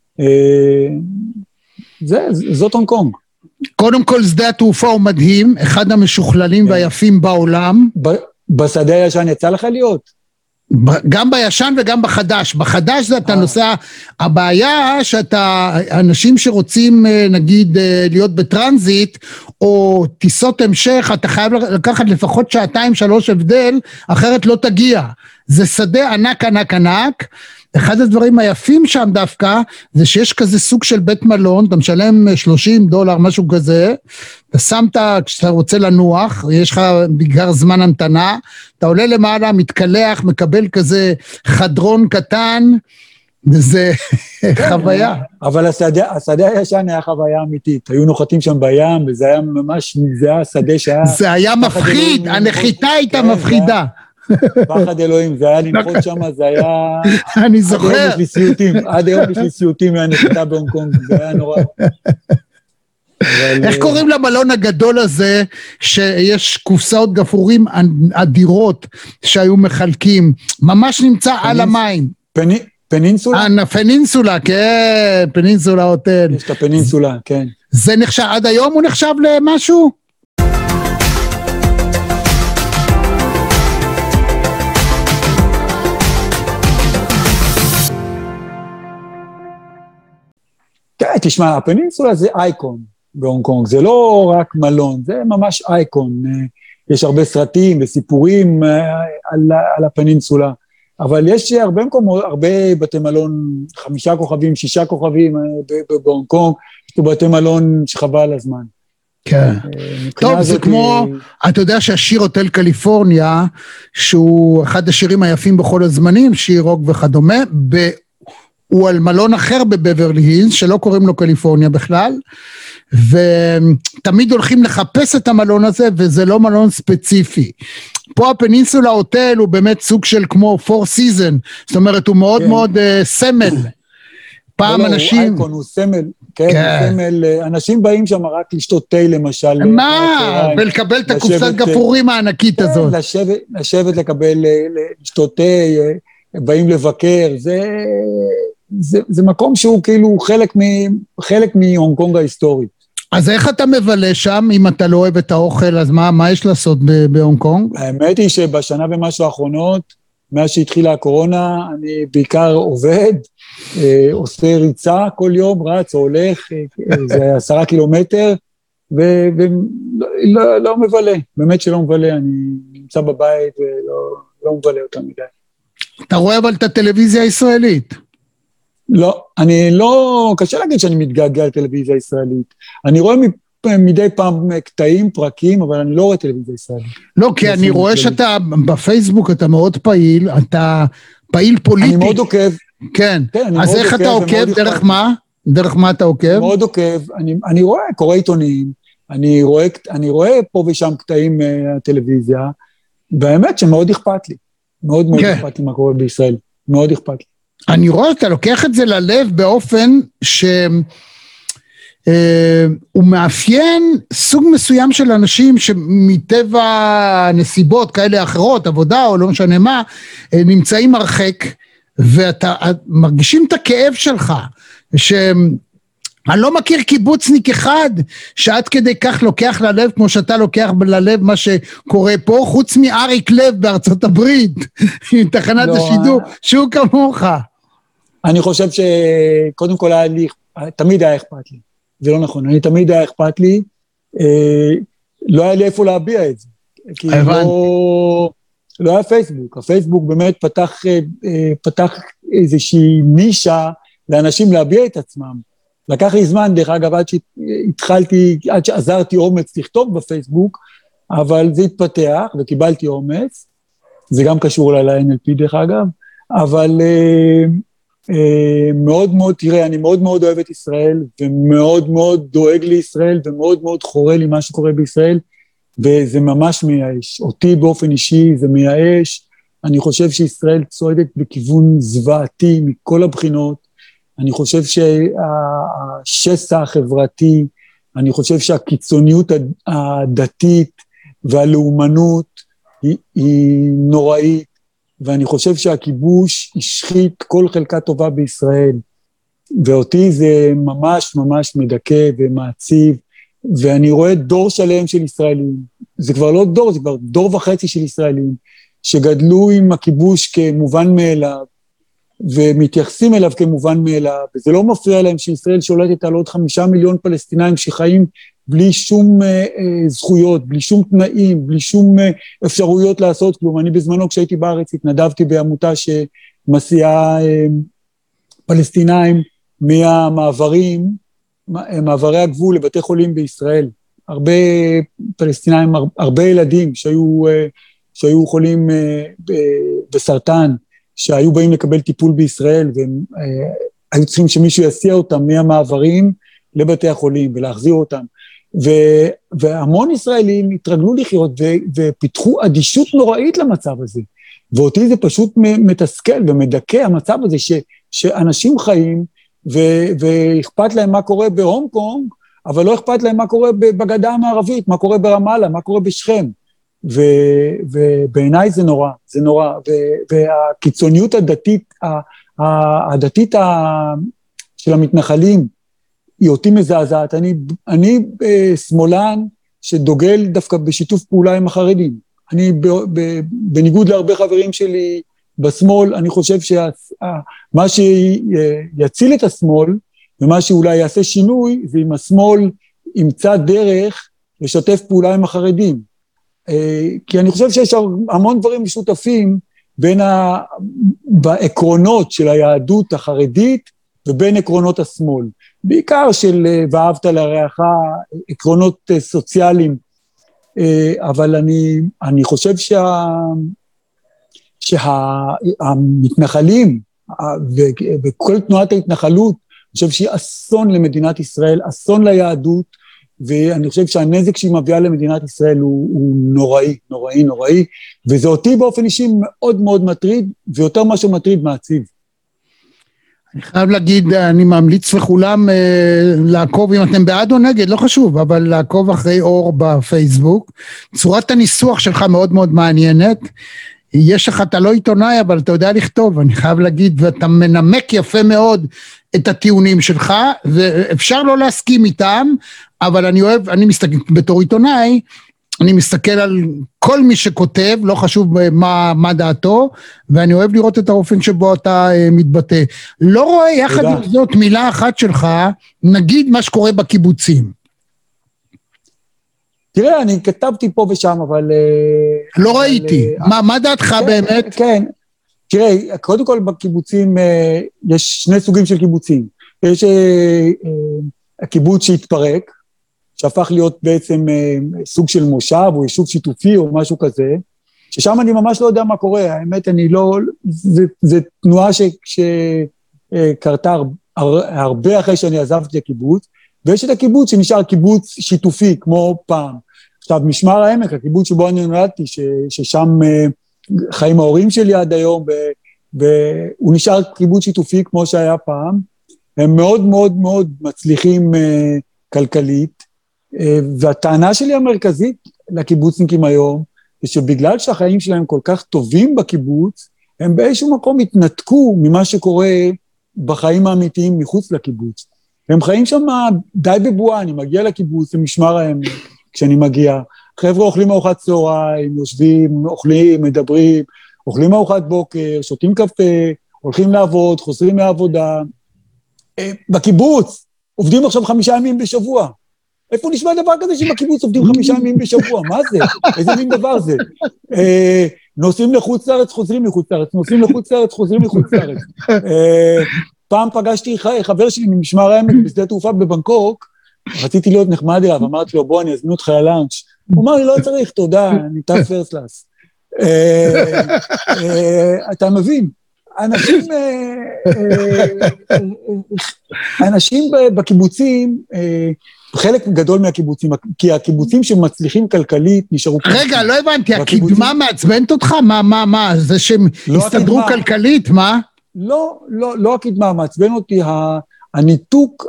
זה, זאת הונג קונג. קודם כל שדה התעופה הוא מדהים, אחד המשוכללים והיפים בעולם. ב, בשדה הישן יצא לך להיות? גם בישן וגם בחדש. בחדש זה אתה נוסע, הבעיה שאתה, אנשים שרוצים נגיד להיות בטרנזיט, או טיסות המשך, אתה חייב לקחת לפחות שעתיים שלוש הבדל, אחרת לא תגיע. זה שדה ענק ענק ענק, אחד הדברים היפים שם דווקא, זה שיש כזה סוג של בית מלון, אתה משלם שלושים דולר, משהו כזה, אתה שמת, כשאתה רוצה לנוח, יש לך בעיקר זמן המתנה, אתה עולה למעלה, מתקלח, מקבל כזה חדרון קטן, וזה חוויה. אבל השדה, השדה הישן היה חוויה אמיתית, היו נוחתים שם בים, וזה היה ממש, זה היה שדה שהיה... זה היה מפחיד, הנחיתה הייתה מפחידה. פחד אלוהים, זה היה לנחות שם, זה היה... אני זוכר. עד היום יש לי סיוטים מהנחיתה בהונג קונג, זה היה נורא. איך קוראים למלון הגדול הזה, שיש קופסאות גפרורים אדירות שהיו מחלקים, ממש נמצא על המים. פנינסולה? פנינסולה, כן, פנינסולה הוטל. יש את הפנינסולה, כן. זה נחשב, עד היום הוא נחשב למשהו? כן, תשמע, הפנינסולה זה אייקון בהונג קונג, זה לא רק מלון, זה ממש אייקון, יש הרבה סרטים וסיפורים על, על הפנינסולה, אבל יש הרבה מקומות, הרבה בתי מלון, חמישה כוכבים, שישה כוכבים בהונג קונג, יש פה בתי מלון שחבל על הזמן. כן. טוב, זה כמו, אתה יודע שהשיר הוטל קליפורניה, שהוא אחד השירים היפים בכל הזמנים, שיר רוק וכדומה, ב... הוא על מלון אחר בבברלי הילס, שלא קוראים לו קליפורניה בכלל, ותמיד הולכים לחפש את המלון הזה, וזה לא מלון ספציפי. פה הפנינסולה הוטל הוא באמת סוג של כמו פור סיזן, זאת אומרת הוא מאוד מאוד סמל. פעם אנשים... הוא אייקון, הוא סמל, כן, הוא סמל, אנשים באים שם רק לשתות תה למשל. מה? ולקבל את הקופסת גפרורים הענקית הזאת. לשבת, לקבל, לשתות תה, באים לבקר, זה... זה, זה מקום שהוא כאילו חלק, מ, חלק מהונג קונג ההיסטורית. אז איך אתה מבלה שם, אם אתה לא אוהב את האוכל, אז מה, מה יש לעשות בהונג קונג? האמת היא שבשנה ומשהו האחרונות, מאז שהתחילה הקורונה, אני בעיקר עובד, אה, עושה ריצה כל יום, רץ או הולך, אה, זה עשרה קילומטר, ולא לא מבלה, באמת שלא מבלה, אני נמצא בבית ולא לא מבלה אותה מדי. אתה רואה אבל את הטלוויזיה הישראלית? לא, אני לא, קשה להגיד שאני מתגעגע לטלוויזיה הישראלית. אני רואה מדי פעם קטעים, פרקים, אבל אני לא רואה טלוויזיה ישראלית. לא, כי אני רואה שאתה בפייסבוק, אתה מאוד פעיל, אתה פעיל פוליטי. אני מאוד עוקב. כן, אז איך אתה עוקב? דרך מה? דרך מה אתה עוקב? מאוד עוקב, אני רואה, קורא עיתונים, אני רואה פה ושם קטעים מהטלוויזיה, והאמת שמאוד אכפת לי. מאוד מאוד אכפת לי מה קורה בישראל. מאוד אכפת לי. אני רואה, אתה לוקח את זה ללב באופן ש... הוא מאפיין סוג מסוים של אנשים שמטבע נסיבות כאלה אחרות, עבודה או לא משנה מה, נמצאים הרחק, ואתה מרגישים את הכאב שלך, שאני לא מכיר קיבוצניק אחד, שעד כדי כך לוקח ללב, כמו שאתה לוקח ללב מה שקורה פה, חוץ מאריק לב בארצות הברית, עם תחנת לא, השידור, שהוא כמוך. אני חושב שקודם כל היה לי, תמיד היה אכפת לי. זה לא נכון, אני תמיד היה אכפת לי, אה, לא היה לי איפה להביע את זה, כי לא, לא היה פייסבוק, הפייסבוק באמת פתח, אה, פתח איזושהי נישה לאנשים להביע את עצמם, לקח לי זמן דרך אגב עד שהתחלתי, עד שעזרתי אומץ לכתוב בפייסבוק, אבל זה התפתח וקיבלתי אומץ, זה גם קשור ל-אן אל פי דרך אגב, אבל... אה, Uh, מאוד מאוד, תראה, אני מאוד מאוד אוהב את ישראל, ומאוד מאוד דואג לישראל, ומאוד מאוד חורה לי מה שקורה בישראל, וזה ממש מייאש. אותי באופן אישי זה מייאש, אני חושב שישראל צועדת בכיוון זוועתי מכל הבחינות, אני חושב שהשסע החברתי, אני חושב שהקיצוניות הדתית והלאומנות היא, היא נוראית, ואני חושב שהכיבוש השחית כל חלקה טובה בישראל, ואותי זה ממש ממש מדכא ומעציב, ואני רואה דור שלם של ישראלים, זה כבר לא דור, זה כבר דור וחצי של ישראלים, שגדלו עם הכיבוש כמובן מאליו, ומתייחסים אליו כמובן מאליו, וזה לא מפריע להם שישראל שולטת על עוד חמישה מיליון פלסטינאים שחיים בלי שום אה, אה, זכויות, בלי שום תנאים, בלי שום אה, אפשרויות לעשות כלום. אני בזמנו כשהייתי בארץ התנדבתי בעמותה שמסיעה אה, פלסטינאים מהמעברים, מעברי הגבול לבתי חולים בישראל. הרבה פלסטינאים, הרבה ילדים שהיו, אה, שהיו חולים אה, בסרטן, שהיו באים לקבל טיפול בישראל, והם אה, היו צריכים שמישהו יסיע אותם מהמעברים לבתי החולים ולהחזיר אותם. ו- והמון ישראלים התרגלו לחיות ו- ופיתחו אדישות נוראית למצב הזה. ואותי זה פשוט מתסכל ומדכא המצב הזה ש- שאנשים חיים ו- ואכפת להם מה קורה בהונג קונג, אבל לא אכפת להם מה קורה בגדה המערבית, מה קורה ברמאללה, מה קורה בשכם. ו- ובעיניי זה נורא, זה נורא. ו- והקיצוניות הדתית, הדתית של המתנחלים, היא אותי מזעזעת. אני, אני אה, שמאלן שדוגל דווקא בשיתוף פעולה עם החרדים. אני ב, ב, בניגוד להרבה חברים שלי בשמאל, אני חושב שמה שיציל את השמאל, ומה שאולי יעשה שינוי, זה אם השמאל ימצא דרך לשתף פעולה עם החרדים. אה, כי אני חושב שיש המון דברים משותפים בין ה, בעקרונות של היהדות החרדית, ובין עקרונות השמאל. בעיקר של ואהבת לרעך, עקרונות סוציאליים, אבל אני, אני חושב שה, שהמתנחלים, וכל תנועת ההתנחלות, אני חושב שהיא אסון למדינת ישראל, אסון ליהדות, ואני חושב שהנזק שהיא מביאה למדינת ישראל הוא, הוא נוראי, נוראי, נוראי, וזה אותי באופן אישי מאוד מאוד מטריד, ויותר משהו מטריד מעציב. אני חייב להגיד, אני ממליץ לכולם אה, לעקוב, אם אתם בעד או נגד, לא חשוב, אבל לעקוב אחרי אור בפייסבוק. צורת הניסוח שלך מאוד מאוד מעניינת. יש לך, אתה לא עיתונאי, אבל אתה יודע לכתוב, אני חייב להגיד, ואתה מנמק יפה מאוד את הטיעונים שלך, ואפשר לא להסכים איתם, אבל אני אוהב, אני מסתכל בתור עיתונאי, אני מסתכל על כל מי שכותב, לא חשוב מה, מה דעתו, ואני אוהב לראות את האופן שבו אתה uh, מתבטא. לא רואה יחד עם זאת מילה אחת שלך, נגיד מה שקורה בקיבוצים. תראה, אני כתבתי פה ושם, אבל... לא ראיתי. מה דעתך באמת? כן, תראה, קודם כל בקיבוצים, יש שני סוגים של קיבוצים. יש הקיבוץ שהתפרק, שהפך להיות בעצם סוג של מושב, או יישוב שיתופי, או משהו כזה, ששם אני ממש לא יודע מה קורה, האמת, אני לא... זה תנועה שקרתה הרבה אחרי שאני עזבתי הקיבוץ, ויש את הקיבוץ שנשאר קיבוץ שיתופי, כמו פעם. עכשיו, משמר העמק, הקיבוץ שבו אני נולדתי, ששם חיים ההורים שלי עד היום, והוא נשאר קיבוץ שיתופי כמו שהיה פעם, הם מאוד מאוד מאוד מצליחים כלכלית, והטענה שלי המרכזית לקיבוצניקים היום, זה שבגלל שהחיים שלהם כל כך טובים בקיבוץ, הם באיזשהו מקום התנתקו ממה שקורה בחיים האמיתיים מחוץ לקיבוץ. הם חיים שם די בבועה, אני מגיע לקיבוץ, למשמר העמק, כשאני מגיע, חבר'ה אוכלים ארוחת צהריים, יושבים, אוכלים, מדברים, אוכלים ארוחת בוקר, שותים קפה, הולכים לעבוד, חוזרים מהעבודה. בקיבוץ, עובדים עכשיו חמישה ימים בשבוע. איפה נשמע דבר כזה שבקיבוץ עובדים חמישה ימים בשבוע? מה זה? איזה מין דבר זה? נוסעים לחוץ לארץ, חוזרים לחוץ לארץ, נוסעים לחוץ לארץ, חוזרים לחוץ לארץ. פעם פגשתי חבר שלי ממשמר העמק בשדה תעופה בבנקוק, רציתי להיות נחמד אליו, אמרתי לו, בוא, אני אזמין אותך ללאנץ'. הוא אמר לי, לא צריך, תודה, אני טס פרסט קלאס. אתה מבין, אנשים, אנשים בקיבוצים, חלק גדול מהקיבוצים, כי הקיבוצים שמצליחים כלכלית נשארו... רגע, לא הבנתי, הקדמה מעצבנת אותך? מה, מה, מה? זה שהם הסתדרו כלכלית, מה? לא, לא, לא הקדמה, מעצבן אותי הניתוק,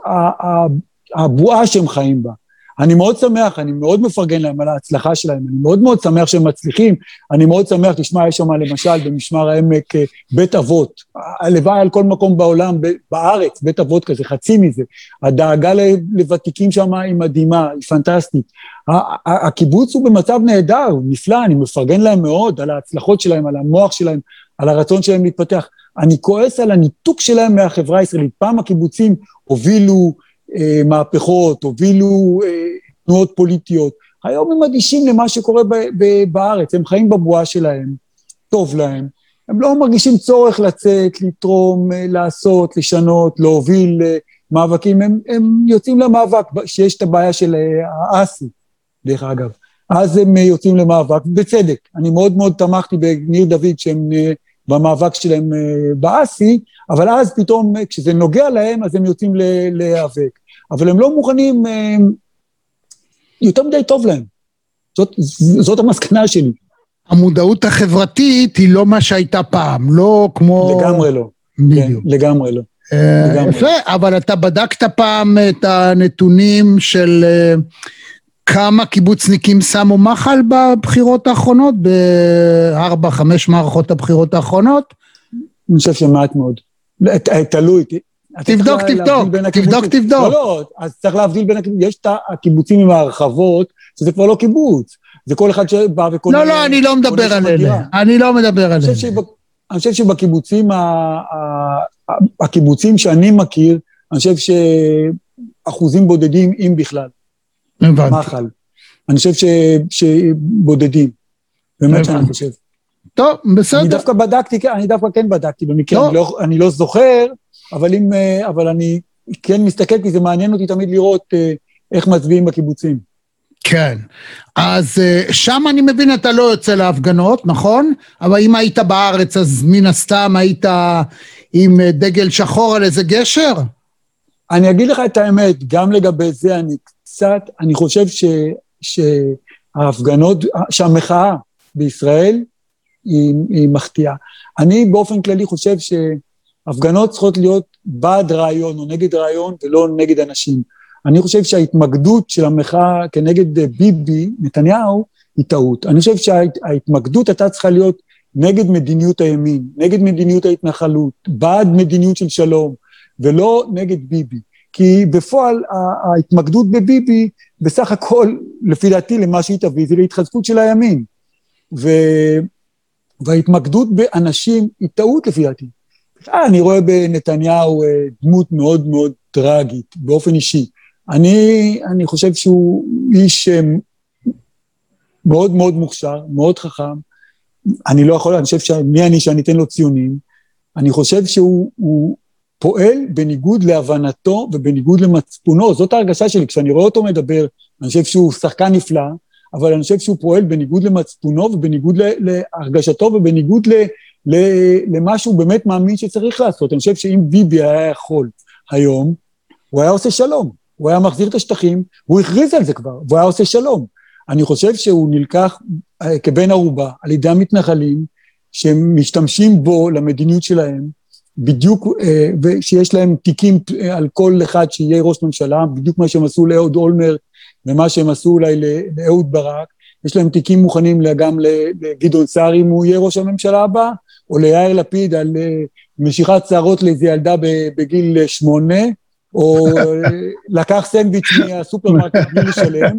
הבועה שהם חיים בה. אני מאוד שמח, אני מאוד מפרגן להם על ההצלחה שלהם, אני מאוד מאוד שמח שהם מצליחים, אני מאוד שמח, תשמע, יש שם למשל במשמר העמק בית אבות, הלוואי על כל מקום בעולם, בארץ, בית אבות כזה, חצי מזה, הדאגה לוותיקים שם היא מדהימה, היא פנטסטית, הקיבוץ הוא במצב נהדר, נפלא, אני מפרגן להם מאוד על ההצלחות שלהם, על המוח שלהם, על הרצון שלהם להתפתח, אני כועס על הניתוק שלהם מהחברה הישראלית, פעם הקיבוצים הובילו אה, מהפכות, הובילו אה, תנועות פוליטיות, היום הם אדישים למה שקורה ב- ב- בארץ, הם חיים בבועה שלהם, טוב להם, הם לא מרגישים צורך לצאת, לתרום, אה, לעשות, לשנות, להוביל אה, מאבקים, הם, הם יוצאים למאבק, שיש את הבעיה של אה, האסי, דרך אגב, אז הם אה, יוצאים למאבק, בצדק, אני מאוד מאוד תמכתי בניר דוד שהם... אה, במאבק שלהם באסי, אבל אז פתאום כשזה נוגע להם, אז הם יוצאים להיאבק. אבל הם לא מוכנים, יותר מדי טוב להם. זאת, זאת המסקנה שלי. המודעות החברתית היא לא מה שהייתה פעם, לא כמו... לגמרי לא. בדיוק. כן, לגמרי לא. יפה, אבל אתה בדקת פעם את הנתונים של... כמה קיבוצניקים שמו מחל בבחירות האחרונות, בארבע, חמש מערכות הבחירות האחרונות? אני חושב שמעט מאוד. תלוי. תבדוק, תבדוק, תבדוק, תבדוק. לא, לא, אז צריך להבדיל בין הקיבוצים. יש את הקיבוצים עם ההרחבות, שזה כבר לא קיבוץ. זה כל אחד שבא וקונה... לא, לא, אני לא מדבר על אלה. אני לא מדבר על אלה. אני חושב שבקיבוצים, הקיבוצים שאני מכיר, אני חושב שאחוזים בודדים, אם בכלל. מחל. אני חושב ש... שבודדים. באמת שאני חושב. טוב, בסדר. אני דווקא בדקתי, אני דווקא כן בדקתי במקרה, אני לא, אני לא זוכר, אבל אם, אבל אני כן מסתכל, כי זה מעניין אותי תמיד לראות איך מצביעים בקיבוצים. כן. אז שם אני מבין, אתה לא יוצא להפגנות, נכון? אבל אם היית בארץ, אז מן הסתם היית עם דגל שחור על איזה גשר? אני אגיד לך את האמת, גם לגבי זה אני קצת, אני חושב ש, שההפגנות, שהמחאה בישראל היא, היא מחטיאה. אני באופן כללי חושב שהפגנות צריכות להיות בעד רעיון או נגד רעיון ולא נגד אנשים. אני חושב שההתמקדות של המחאה כנגד ביבי, נתניהו, היא טעות. אני חושב שההתמקדות הייתה צריכה להיות נגד מדיניות הימין, נגד מדיניות ההתנחלות, בעד מדיניות של שלום, ולא נגד ביבי. כי בפועל ההתמקדות בביבי, בסך הכל, לפי דעתי, למה שהיא תביא, זה להתחזקות של הימין. ו... וההתמקדות באנשים היא טעות לפי דעתי. אני רואה בנתניהו דמות מאוד מאוד טרגית, באופן אישי. אני, אני חושב שהוא איש מאוד מאוד מוכשר, מאוד חכם, אני לא יכול, אני חושב שמי אני שאני אתן לו ציונים, אני חושב שהוא הוא פועל בניגוד להבנתו ובניגוד למצפונו, זאת ההרגשה שלי, כשאני רואה אותו מדבר, אני חושב שהוא שחקן נפלא, אבל אני חושב שהוא פועל בניגוד למצפונו ובניגוד להרגשתו ובניגוד ל, ל, למה שהוא באמת מאמין שצריך לעשות. אני חושב שאם ביבי היה יכול היום, הוא היה עושה שלום, הוא היה מחזיר את השטחים, הוא הכריז על זה כבר, והוא היה עושה שלום. אני חושב שהוא נלקח כבן ערובה על ידי המתנחלים, שמשתמשים בו למדיניות שלהם, בדיוק, ושיש להם תיקים על כל אחד שיהיה ראש ממשלה, בדיוק מה שהם עשו לאהוד אולמרט, ומה שהם עשו אולי לאהוד ברק, יש להם תיקים מוכנים גם לגדעון סער, אם הוא יהיה ראש הממשלה הבא, או ליאיר לפיד על משיכת שערות לאיזו ילדה בגיל שמונה, או לקח סנדוויץ' מהסופרמרקט בלי לשלם,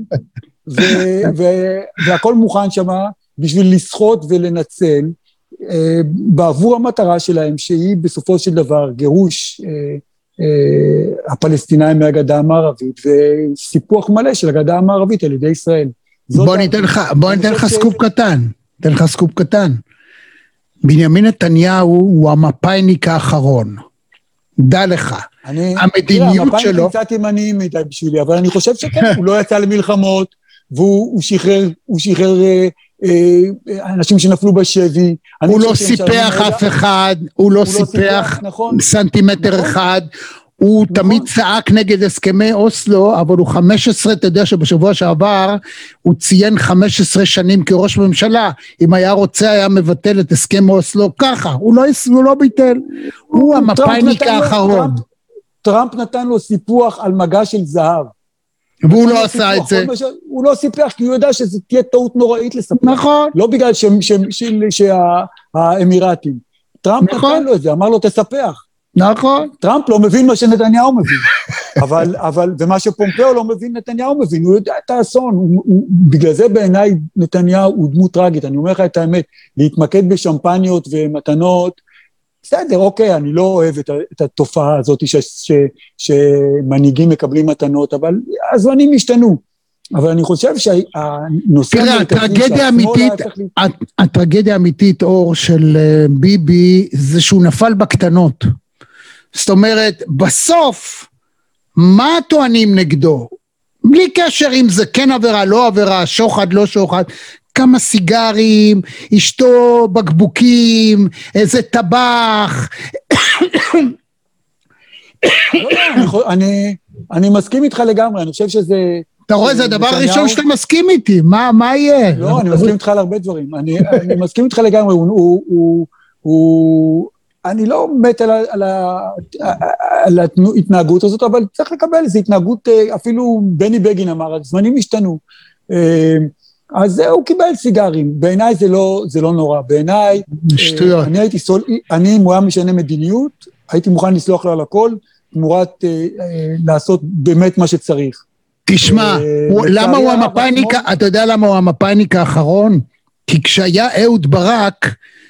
והכל מוכן שם בשביל לסחוט ולנצל, בעבור המטרה שלהם, שהיא בסופו של דבר גירוש הפלסטינאים מהגדה המערבית, וסיפוח מלא של הגדה המערבית על ידי ישראל. בוא ניתן לך, בוא ניתן לך סקופ קטן, ניתן לך סקופ קטן. בנימין נתניהו הוא המפאיניק האחרון. דע לך. המדיניות שלו... המפאיניק קצת ימניים מדי בשבילי, אבל אני חושב שכן, הוא לא יצא למלחמות, והוא שחרר, הוא שחרר אנשים שנפלו בשבי. הוא לא סיפח אף אחד, הוא לא סיפח סנטימטר אחד, הוא תמיד צעק נגד הסכמי אוסלו, אבל הוא חמש עשרה, אתה יודע שבשבוע שעבר, הוא ציין חמש עשרה שנים כראש ממשלה, אם היה רוצה היה מבטל את הסכם אוסלו ככה, הוא לא, הוא לא ביטל, הוא המפאיניק האחרון. טראמפ נתן לו סיפוח על מגע של זהב. והוא לא עשה את זה. הוא לא סיפח, כי הוא יודע שזה תהיה טעות נוראית לספח. נכון. לא בגלל שהאמירתים. טראמפ נתן לו את זה, אמר לו תספח. נכון. טראמפ לא מבין מה שנתניהו מבין. אבל, אבל, ומה שפומפאו לא מבין, נתניהו מבין. הוא יודע את האסון. בגלל זה בעיניי נתניהו הוא דמות טרגית. אני אומר לך את האמת, להתמקד בשמפניות ומתנות, בסדר, אוקיי, אני לא אוהב את, את התופעה הזאת ש, ש, שמנהיגים מקבלים מתנות, אבל הזמנים השתנו. אבל אני חושב שהנושא... תראה, הטרגדיה האמיתית, הטרגדיה האמיתית, אור, של ביבי, זה שהוא נפל בקטנות. זאת אומרת, בסוף, מה טוענים נגדו? בלי קשר אם זה כן עבירה, לא עבירה, שוחד, לא שוחד, כמה סיגרים, אשתו בקבוקים, איזה טבח. אני, אני מסכים איתך לגמרי, אני חושב שזה... אתה רואה, זה הדבר הראשון שאתה מסכים איתי, מה, מה יהיה? לא, אני מסכים איתך על הרבה דברים, אני, אני מסכים איתך לגמרי, הוא, הוא, הוא, הוא, אני לא מת על, על, על ההתנהגות הזאת, אבל צריך לקבל איזו התנהגות, אפילו בני בגין אמר, הזמנים השתנו, אז זה, הוא קיבל סיגרים, בעיניי זה לא, זה לא נורא, בעיניי, שטויות. אני הייתי סול, אני, אם הוא היה משנה מדיניות, הייתי מוכן לסלוח לו על הכל, תמורת לעשות באמת מה שצריך. תשמע, למה הוא המפאיניק, אתה יודע למה הוא המפאיניק האחרון? כי כשהיה אהוד ברק,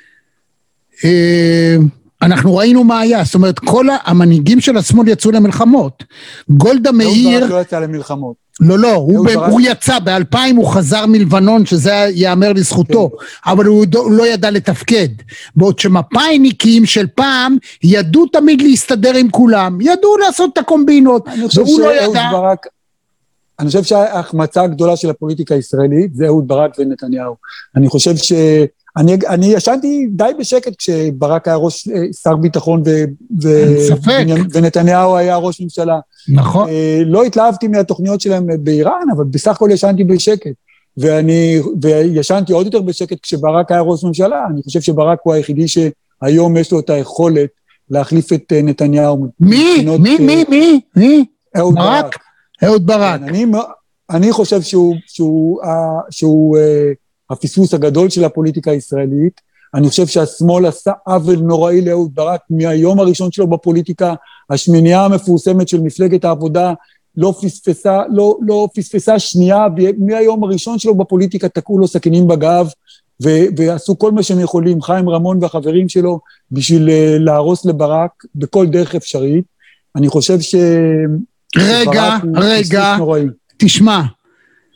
אנחנו ראינו מה היה, זאת אומרת, כל המנהיגים של השמאל יצאו למלחמות. גולדה מאיר... אהוד ברק לא יצא למלחמות. לא, לא, הוא, ב, הוא יצא, באלפיים הוא חזר מלבנון, שזה יאמר לזכותו, כן. אבל הוא לא ידע לתפקד. בעוד שמפאיניקים של פעם, ידעו תמיד להסתדר עם כולם, ידעו לעשות את הקומבינות, והוא לא ידע... ברק, אני חושב שההחמצה הגדולה של הפוליטיקה הישראלית, זה אהוד ברק ונתניהו. אני חושב ש... אני, אני ישנתי די בשקט כשברק היה ראש שר ביטחון ו, ו, ונתניהו היה ראש ממשלה. נכון. לא התלהבתי מהתוכניות שלהם באיראן, אבל בסך הכל ישנתי בשקט. ואני, וישנתי עוד יותר בשקט כשברק היה ראש ממשלה. אני חושב שברק הוא היחידי שהיום יש לו את היכולת להחליף את נתניהו. מי? מי? מי? מי? מי? אהוד ברק. אהוד ברק. אני, אני חושב שהוא, שהוא, שהוא, הפספוס הגדול של הפוליטיקה הישראלית. אני חושב שהשמאל עשה עוול נוראי לאהוד ברק מהיום הראשון שלו בפוליטיקה. השמינייה המפורסמת של מפלגת העבודה לא פספסה, לא, לא פספסה שנייה, מהיום הראשון שלו בפוליטיקה תקעו לו סכינים בגב, ו, ועשו כל מה שהם יכולים, חיים רמון והחברים שלו, בשביל להרוס לברק בכל דרך אפשרית. אני חושב ש... רגע, רגע, תשמע,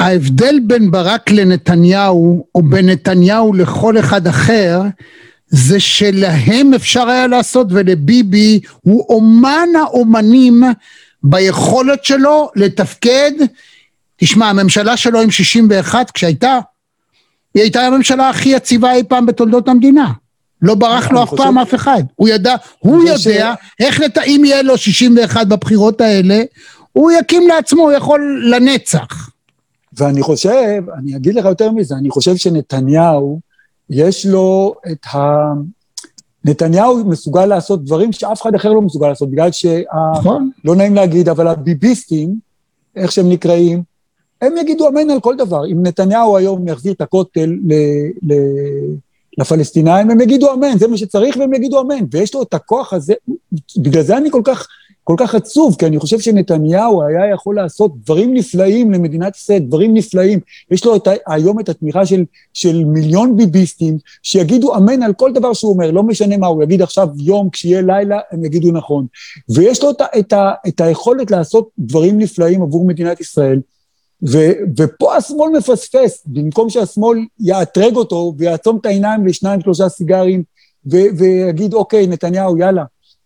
ההבדל בין ברק לנתניהו, או בין נתניהו לכל אחד אחר, זה שלהם אפשר היה לעשות, ולביבי הוא אומן האומנים ביכולת שלו לתפקד. תשמע, הממשלה שלו עם שישים ואחת, כשהייתה, היא הייתה הממשלה הכי יציבה אי פעם בתולדות המדינה. לא ברח לו אף פעם אף אחד. הוא ידע, הוא יודע איך, אם יהיה לו שישים ואחת בבחירות האלה, הוא יקים לעצמו, הוא יכול לנצח. ואני חושב, אני אגיד לך יותר מזה, אני חושב שנתניהו, יש לו את ה... נתניהו מסוגל לעשות דברים שאף אחד אחר לא מסוגל לעשות, בגלל שה... לא נעים להגיד, אבל הביביסטים, איך שהם נקראים, הם יגידו אמן על כל דבר. אם נתניהו היום יחזיר את הכותל ל... ל... לפלסטינאים, הם יגידו אמן, זה מה שצריך, והם יגידו אמן. ויש לו את הכוח הזה, בגלל זה אני כל כך... כל כך עצוב, כי אני חושב שנתניהו היה יכול לעשות דברים נפלאים למדינת ישראל, דברים נפלאים. יש לו את, היום את התמיכה של, של מיליון ביביסטים, שיגידו אמן על כל דבר שהוא אומר, לא משנה מה, הוא יגיד עכשיו יום, כשיהיה לילה, הם יגידו נכון. ויש לו את, את, את היכולת לעשות דברים נפלאים עבור מדינת ישראל, ו, ופה השמאל מפספס, במקום שהשמאל יאתרג אותו, ויעצום את העיניים לשניים, שלושה סיגרים, ו, ויגיד, אוקיי, נתניהו, יאללה,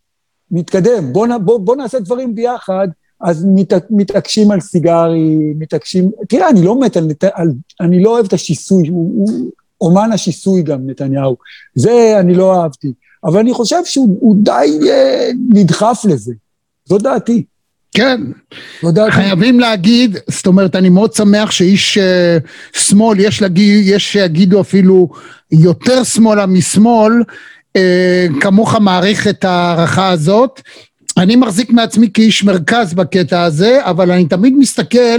נתקדם, בוא, בוא, בוא נעשה דברים ביחד, אז מת, מתעקשים על סיגרי, מתעקשים, תראה, אני לא מת על, על אני לא אוהב את השיסוי, הוא, הוא אומן השיסוי גם, נתניהו, זה אני לא אהבתי, אבל אני חושב שהוא די אה, נדחף לזה, זו דעתי. כן, זו דעתי. חייבים להגיד, זאת אומרת, אני מאוד שמח שאיש אה, שמאל, יש, להגיד, יש שיגידו אפילו יותר שמאלה משמאל, כמוך מעריך את הערכה הזאת. אני מחזיק מעצמי כאיש מרכז בקטע הזה, אבל אני תמיד מסתכל,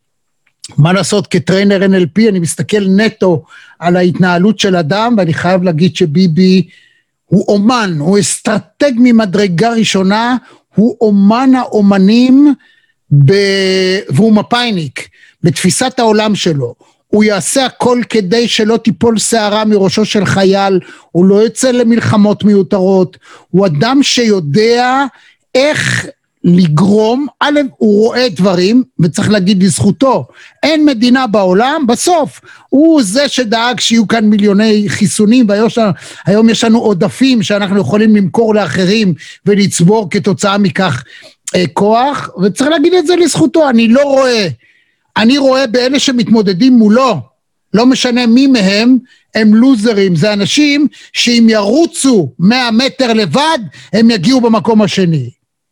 מה לעשות כטריינר אן אל פי, אני מסתכל נטו על ההתנהלות של אדם, ואני חייב להגיד שביבי הוא אומן, הוא אסטרטג ממדרגה ראשונה, הוא אומן האומנים, ב... והוא מפאיניק, בתפיסת העולם שלו. הוא יעשה הכל כדי שלא תיפול שערה מראשו של חייל, הוא לא יצא למלחמות מיותרות, הוא אדם שיודע איך לגרום, א', הוא רואה דברים, וצריך להגיד לזכותו, אין מדינה בעולם, בסוף, הוא זה שדאג שיהיו כאן מיליוני חיסונים, והיום יש לנו עודפים שאנחנו יכולים למכור לאחרים, ולצבור כתוצאה מכך אה, כוח, וצריך להגיד את זה לזכותו, אני לא רואה, אני רואה באלה שמתמודדים מולו, לא משנה מי מהם, הם לוזרים, זה אנשים שאם ירוצו מאה מטר לבד, הם יגיעו במקום השני.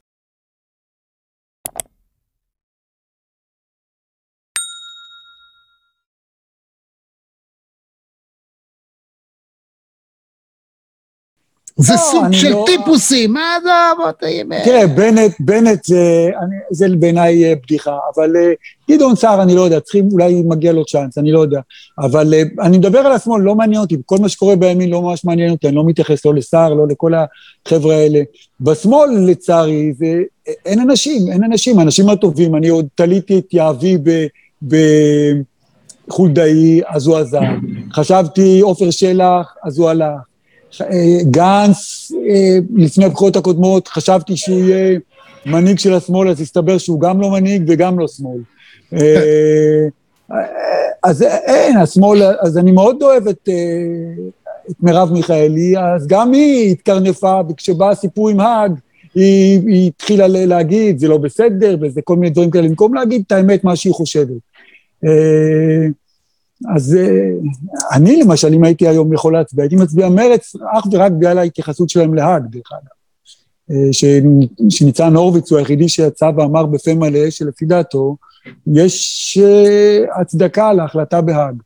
זה סוג של טיפוסים, מה זה בוא תהיה... תראה, בנט, בנט זה בעיניי בדיחה, אבל גדעון סער אני לא יודע, צריכים אולי מגיע לו צ'אנס, אני לא יודע, אבל אני מדבר על השמאל, לא מעניין אותי, כל מה שקורה בימין לא ממש מעניין אותי, אני לא מתייחס לא לסער, לא לכל החבר'ה האלה, בשמאל לצערי, אין אנשים, אין אנשים, האנשים הטובים, אני עוד תליתי את יאבי בחולדאי, אז הוא עזב, חשבתי עופר שלח, אז הוא הלך, גנץ, לפני הבחירות הקודמות, חשבתי שהוא יהיה מנהיג של השמאל, אז הסתבר שהוא גם לא מנהיג וגם לא שמאל. אז אין, השמאל, אז אני מאוד אוהב את, את מירב מיכאלי, אז גם היא התקרנפה, וכשבא הסיפור עם האג, היא, היא התחילה להגיד, זה לא בסדר, וזה כל מיני דברים כאלה, במקום להגיד את האמת, מה שהיא חושבת. אז אני למשל, אם הייתי היום יכול להצביע, הייתי מצביע מרץ, אך ורק בגלל ההתייחסות שלהם להאג, דרך אגב. שניצן הורוביץ הוא היחידי שיצא ואמר בפה מלא, שלפי דעתו, יש הצדקה להחלטה בהאג.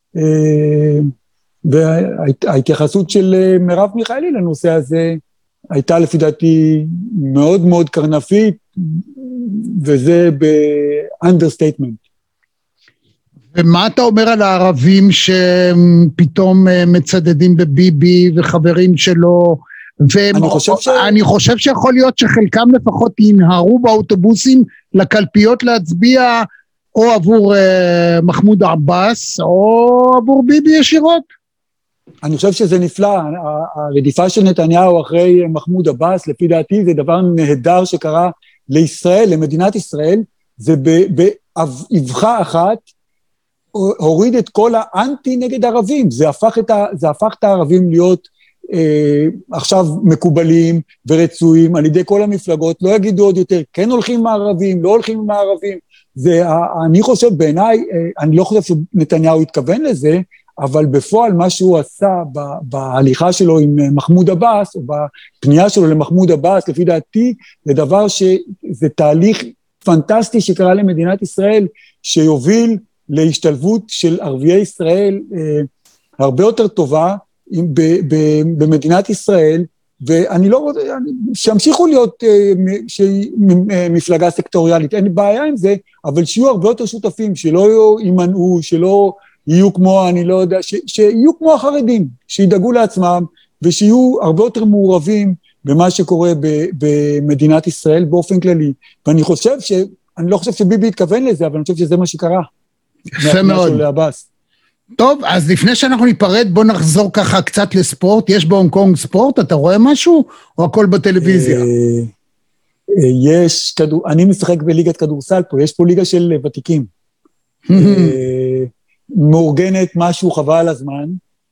וההתייחסות של מירב מיכאלי לנושא הזה, הייתה לפי דעתי מאוד מאוד קרנפית, וזה ב-understatement. ומה אתה אומר על הערבים שפתאום מצדדים בביבי וחברים שלו, ואני חושב, ש... חושב שיכול להיות שחלקם לפחות ינהרו באוטובוסים לקלפיות להצביע או עבור uh, מחמוד עבאס או עבור ביבי ישירות? אני חושב שזה נפלא, הרדיפה של נתניהו אחרי מחמוד עבאס, לפי דעתי זה דבר נהדר שקרה לישראל, למדינת ישראל, זה באבחה אחת, הוריד את כל האנטי נגד ערבים, זה הפך את, ה, זה הפך את הערבים להיות אה, עכשיו מקובלים ורצויים על ידי כל המפלגות, לא יגידו עוד יותר, כן הולכים עם הערבים, לא הולכים עם הערבים, זה, אני חושב בעיניי, אני לא חושב שנתניהו התכוון לזה, אבל בפועל מה שהוא עשה בהליכה שלו עם מחמוד עבאס, או בפנייה שלו למחמוד עבאס, לפי דעתי, זה דבר שזה תהליך פנטסטי שקרה למדינת ישראל, שיוביל להשתלבות של ערביי ישראל אה, הרבה יותר טובה ב, ב, במדינת ישראל, ואני לא רוצה, שימשיכו להיות אה, ש, מפלגה סקטוריאלית, אין בעיה עם זה, אבל שיהיו הרבה יותר שותפים, שלא יימנעו, שלא יהיו כמו, אני לא יודע, ש, שיהיו כמו החרדים, שידאגו לעצמם, ושיהיו הרבה יותר מעורבים במה שקורה ב, במדינת ישראל באופן כללי, ואני חושב ש, אני לא חושב שביבי התכוון לזה, אבל אני חושב שזה מה שקרה. יפה מאוד. טוב, אז לפני שאנחנו ניפרד, בוא נחזור ככה קצת לספורט. יש בהונג קונג ספורט? אתה רואה משהו? או הכל בטלוויזיה? יש, אני משחק בליגת כדורסל פה, יש פה ליגה של ותיקים. מאורגנת משהו חבל על הזמן.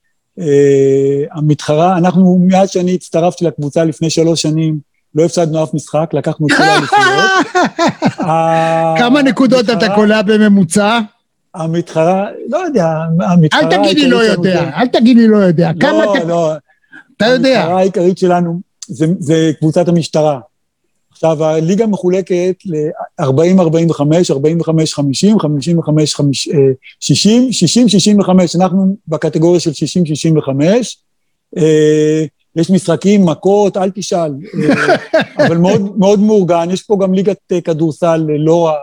המתחרה, אנחנו מיד שאני הצטרפתי לקבוצה לפני שלוש שנים, לא הפסדנו אף משחק, לקחנו את כל האליפויות. כמה נקודות אתה קולע בממוצע? המתחרה, לא יודע, המתחרה... אל תגיד לי לא יודע, אל תגיד לי לא יודע. לא, לא. אתה יודע. המתחרה העיקרית שלנו זה קבוצת המשטרה. עכשיו, הליגה מחולקת ל-ארבעים ארבעים וחמש, ארבעים וחמש חמישים, חמישים וחמש שישים, שישים שישים וחמש, אנחנו בקטגוריה של שישים שישים וחמש, יש משחקים, מכות, אל תשאל, אבל מאוד, מאוד מאורגן, יש פה גם ליגת כדורסל לא רעה,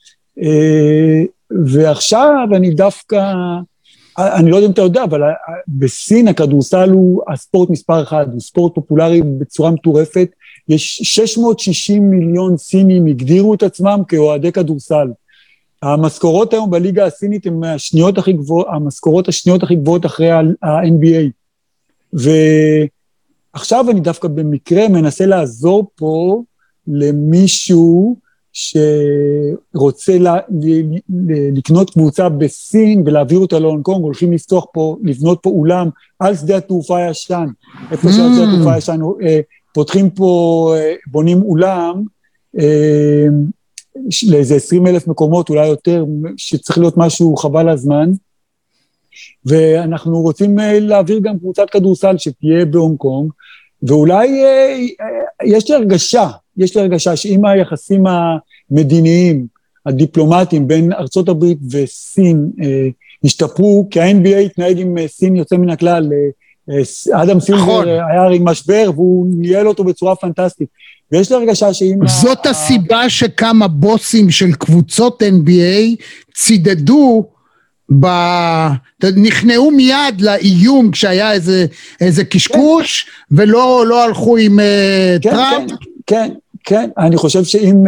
ועכשיו אני דווקא, אני לא יודע אם אתה יודע, אבל בסין הכדורסל הוא הספורט מספר אחד, הוא ספורט פופולרי בצורה מטורפת, יש שש מאות ושישים מיליון סינים הגדירו את עצמם כאוהדי כדורסל. המשכורות היום בליגה הסינית הן השניות הכי גבוהות, המשכורות השניות הכי גבוהות אחרי ה-אן בי איי. ועכשיו אני דווקא במקרה מנסה לעזור פה למישהו שרוצה ל- ל- ל- לקנות קבוצה בסין ולהעביר אותה להונג קונג, הולכים לפתוח פה, לבנות פה אולם על שדה התעופה הישן, איפה mm. שדה התעופה הישן, פותחים פה, בונים אולם, לאיזה עשרים אלף מקומות, אולי יותר, שצריך להיות משהו חבל הזמן, ואנחנו רוצים להעביר גם קבוצת כדורסל שתהיה בהונג קונג, ואולי יש לי הרגשה, יש לי הרגשה שאם היחסים המדיניים, הדיפלומטיים בין ארצות הברית וסין השתפרו, כי ה-אן בי איי התנהג עם סין יוצא מן הכלל, אדם סילבר היה עם משבר, והוא ניהל אותו בצורה פנטסטית. ויש לי הרגשה שאם... זאת הסיבה שכמה בוסים של קבוצות אן בי איי צידדו, נכנעו מיד לאיום כשהיה איזה קשקוש, ולא לא הלכו עם טראמפ. כן, כן, אני חושב שאם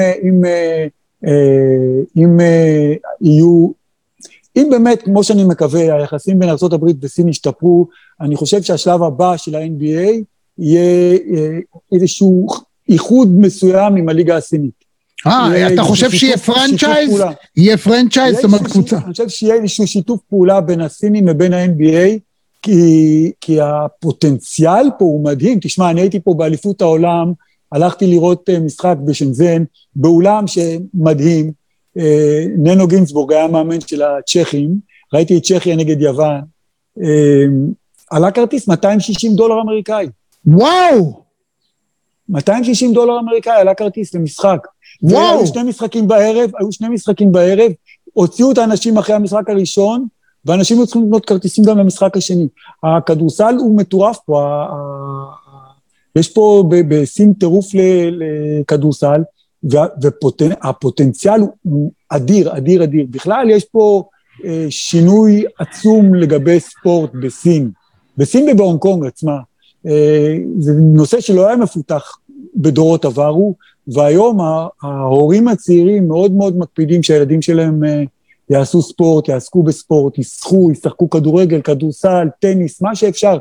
אם יהיו... אם באמת, כמו שאני מקווה, היחסים בין ארצות הברית וסין ישתפרו, אני חושב שהשלב הבא של ה-אן בי איי יהיה איזשהו איחוד מסוים עם הליגה הסינית. אה, אתה חושב שיהיה פרנצ'ייז? יהיה פרנצ'ייז, זאת אומרת קבוצה. אני חושב שיהיה איזשהו שיתוף פעולה בין הסינים ובין ה-אן בי איי, כי הפוטנציאל פה הוא מדהים. תשמע, אני הייתי פה באליפות העולם, הלכתי לראות משחק בשנזן, באולם שמדהים, ננו גינסבורג היה מאמן של הצ'כים, ראיתי את צ'כיה נגד יוון, עלה כרטיס מאתיים ושישים דולר אמריקאי. וואו! מאתיים ושישים דולר אמריקאי עלה כרטיס למשחק. וואו! היו שני משחקים בערב, היו שני משחקים בערב, הוציאו את האנשים אחרי המשחק הראשון, ואנשים היו צריכים לקנות כרטיסים גם למשחק השני. הכדורסל הוא מטורף פה, יש פה בסין טירוף לכדורסל, והפוטנציאל הוא אדיר, אדיר, אדיר. בכלל יש פה שינוי עצום לגבי ספורט בסין, בסין ובהונג קונג עצמה. זה נושא שלא היה מפותח בדורות עברו, והיום ההורים הצעירים מאוד מאוד מקפידים שהילדים שלהם יעשו ספורט, יעסקו בספורט, ישחו, ישחקו כדורגל, כדורסל, טניס, מה שאפשר.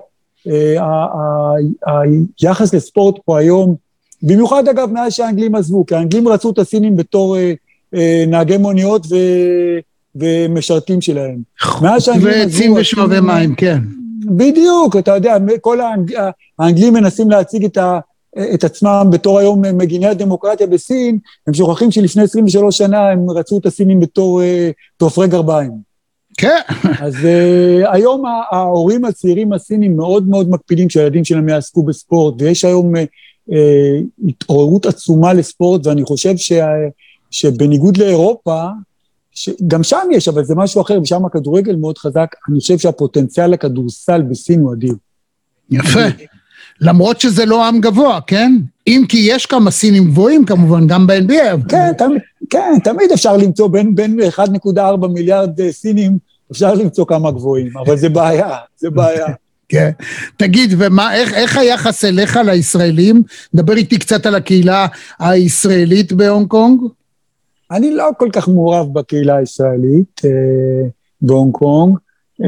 היחס לספורט פה היום, במיוחד אגב מאז שהאנגלים עזבו, כי האנגלים רצו את הסינים בתור נהגי מוניות ומשרתים שלהם. ועצים ושואבי מים, כן. בדיוק, אתה יודע, כל האנגלים מנסים להציג את ה... את עצמם בתור היום מגיני הדמוקרטיה בסין, הם שוכחים שלפני עשרים ושלוש שנה הם רצו את הסינים בתור תופרי גרביים. כן. אז uh, היום ההורים הצעירים הסינים מאוד מאוד מקפידים שהילדים שלהם יעסקו בספורט, ויש היום uh, uh, התעוררות עצומה לספורט, ואני חושב ש, שבניגוד לאירופה, גם שם יש, אבל זה משהו אחר, ושם הכדורגל מאוד חזק, אני חושב שהפוטנציאל לכדורסל בסין הוא אדיר. יפה. למרות שזה לא עם גבוה, כן? אם כי יש כמה סינים גבוהים כמובן, גם ב-אן בי איי. כן, תמיד, כן, תמיד אפשר למצוא בין, בין אחד נקודה ארבע מיליארד סינים, אפשר למצוא כמה גבוהים, אבל זה בעיה, זה בעיה. כן. תגיד, ומה, איך, איך היחס אליך לישראלים? דבר איתי קצת על הקהילה הישראלית בהונג קונג. אני לא כל כך מעורב בקהילה הישראלית אה, בהונג קונג. אה,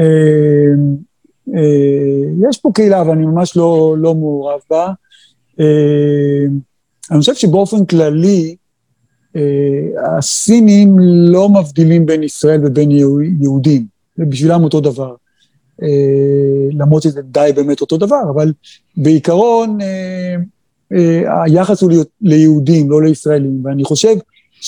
אה, יש פה קהילה, אבל אני ממש לא, לא מעורב בה. אה, אני חושב שבאופן כללי, אה, הסינים לא מבדילים בין ישראל ובין יהודים. זה בשבילם אותו דבר. אה, למרות שזה די באמת אותו דבר, אבל בעיקרון, אה, אה, היחס הוא ליהודים, לא לישראלים, ואני חושב,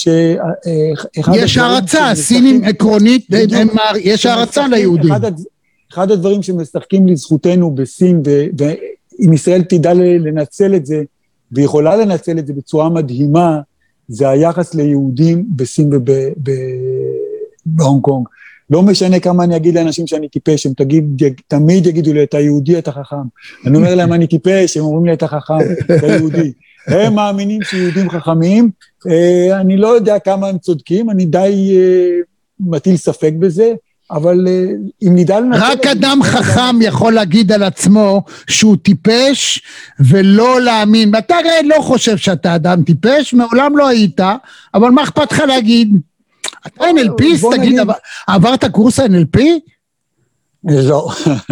יש הרצה, סינים עקרונית, יש הרצה ליהודים. אחד הדברים שמשחקים לזכותנו בסין, ואם ישראל תדע לנצל את זה, ויכולה לנצל את זה בצורה מדהימה, זה היחס ליהודים בסין ובהונג קונג. לא משנה כמה אני אגיד לאנשים שאני טיפש, הם תמיד יגידו לי, אתה יהודי, אתה חכם. אני אומר להם, אני טיפש, הם אומרים לי, אתה חכם, אתה יהודי. הם מאמינים שיהודים חכמים, אני לא יודע כמה הם צודקים, אני די מטיל ספק בזה, אבל אם נדע לנצל... רק אדם חכם יכול להגיד על עצמו שהוא טיפש ולא להאמין. אתה הרי לא חושב שאתה אדם טיפש, מעולם לא היית, אבל מה אכפת לך להגיד? אתה אן אל פי, תגיד, עברת קורס אן אל פי? לא.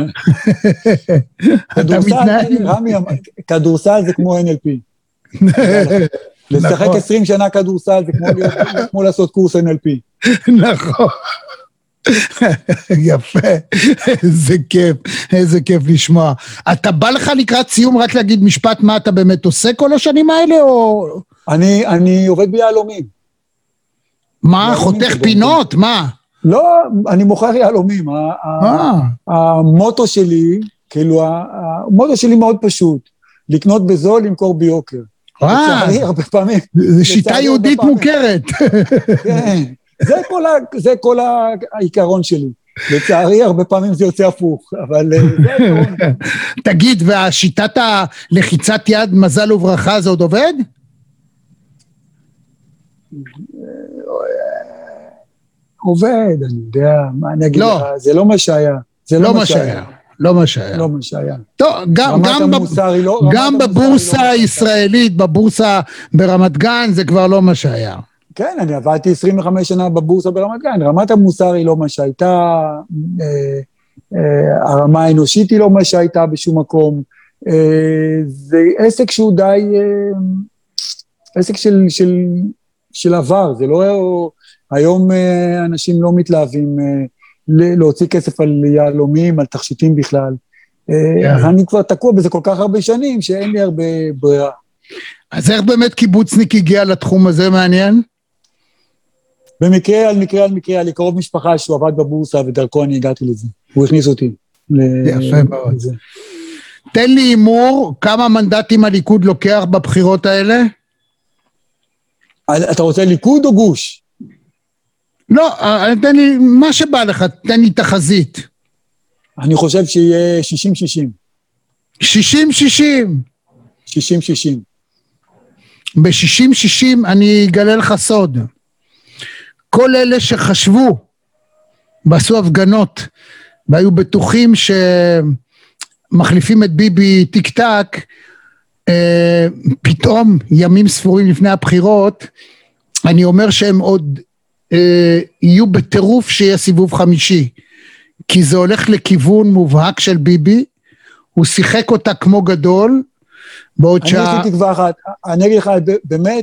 כדורסל זה כמו אן אל פי. לשחק עשרים שנה כדורסל זה כמו לעשות קורס אן אל פי. נכון. יפה, איזה כיף, איזה כיף לשמוע. אתה בא לך לקראת סיום רק להגיד משפט מה אתה באמת עושה כל השנים האלה או... אני עובד ביהלומים. מה, חותך פינות, מה? לא, אני מוכר יהלומים. המוטו שלי, כאילו, המוטו שלי מאוד פשוט, לקנות בזול, למכור ביוקר. לצערי, הרבה פעמים. זו שיטה יהודית מוכרת. כן, זה כל העיקרון שלי. לצערי, הרבה פעמים זה יוצא הפוך, אבל זה העיקרון. תגיד, והשיטת הלחיצת יד, מזל וברכה, זה עוד עובד? עובד, אני יודע, מה אני אגיד לך, זה לא מה שהיה. זה לא מה שהיה. לא מה שהיה. לא מה שהיה. טוב, גם בבורסה הישראלית, בבורסה ברמת גן, זה כבר לא מה שהיה. כן, אני עבדתי עשרים וחמש שנה בבורסה ברמת גן, רמת המוסר היא לא מה שהייתה, הרמה האנושית היא לא מה שהייתה בשום מקום, זה עסק שהוא די, עסק של, של, של עבר, זה לא, היום אנשים לא מתלהבים להוציא כסף על יהלומים, על תכשיטים בכלל, אז אני כבר תקוע בזה כל כך הרבה שנים, שאין לי הרבה ברירה. אז איך באמת קיבוצניק הגיע לתחום הזה, מעניין? במקרה, על מקרה, על מקרה, על קרוב משפחה שהוא עבד בבורסה, ודרכו אני הגעתי לזה. הוא הכניס אותי. יפה מאוד. תן לי אימור, כמה מנדטים הליכוד לוקח בבחירות האלה? אתה רוצה ליכוד או גוש? לא, תן לי, מה שבא לך, תן לי תחזית. אני חושב שיהיה שישים שישים. שישים שישים? שישים שישים. ב-שישים שישים אני אגלה לך סוד. כל אלה שחשבו, ועשו הפגנות, והיו בטוחים שמחליפים את ביבי טיק טק, אה, פתאום ימים ספורים לפני הבחירות, אני אומר שהם עוד אה, יהיו בטירוף שיהיה סיבוב חמישי, כי זה הולך לכיוון מובהק של ביבי, הוא שיחק אותה כמו גדול, בעוד שעה... אני יש לי תקווה אחת, אני אגיד לך, באמת,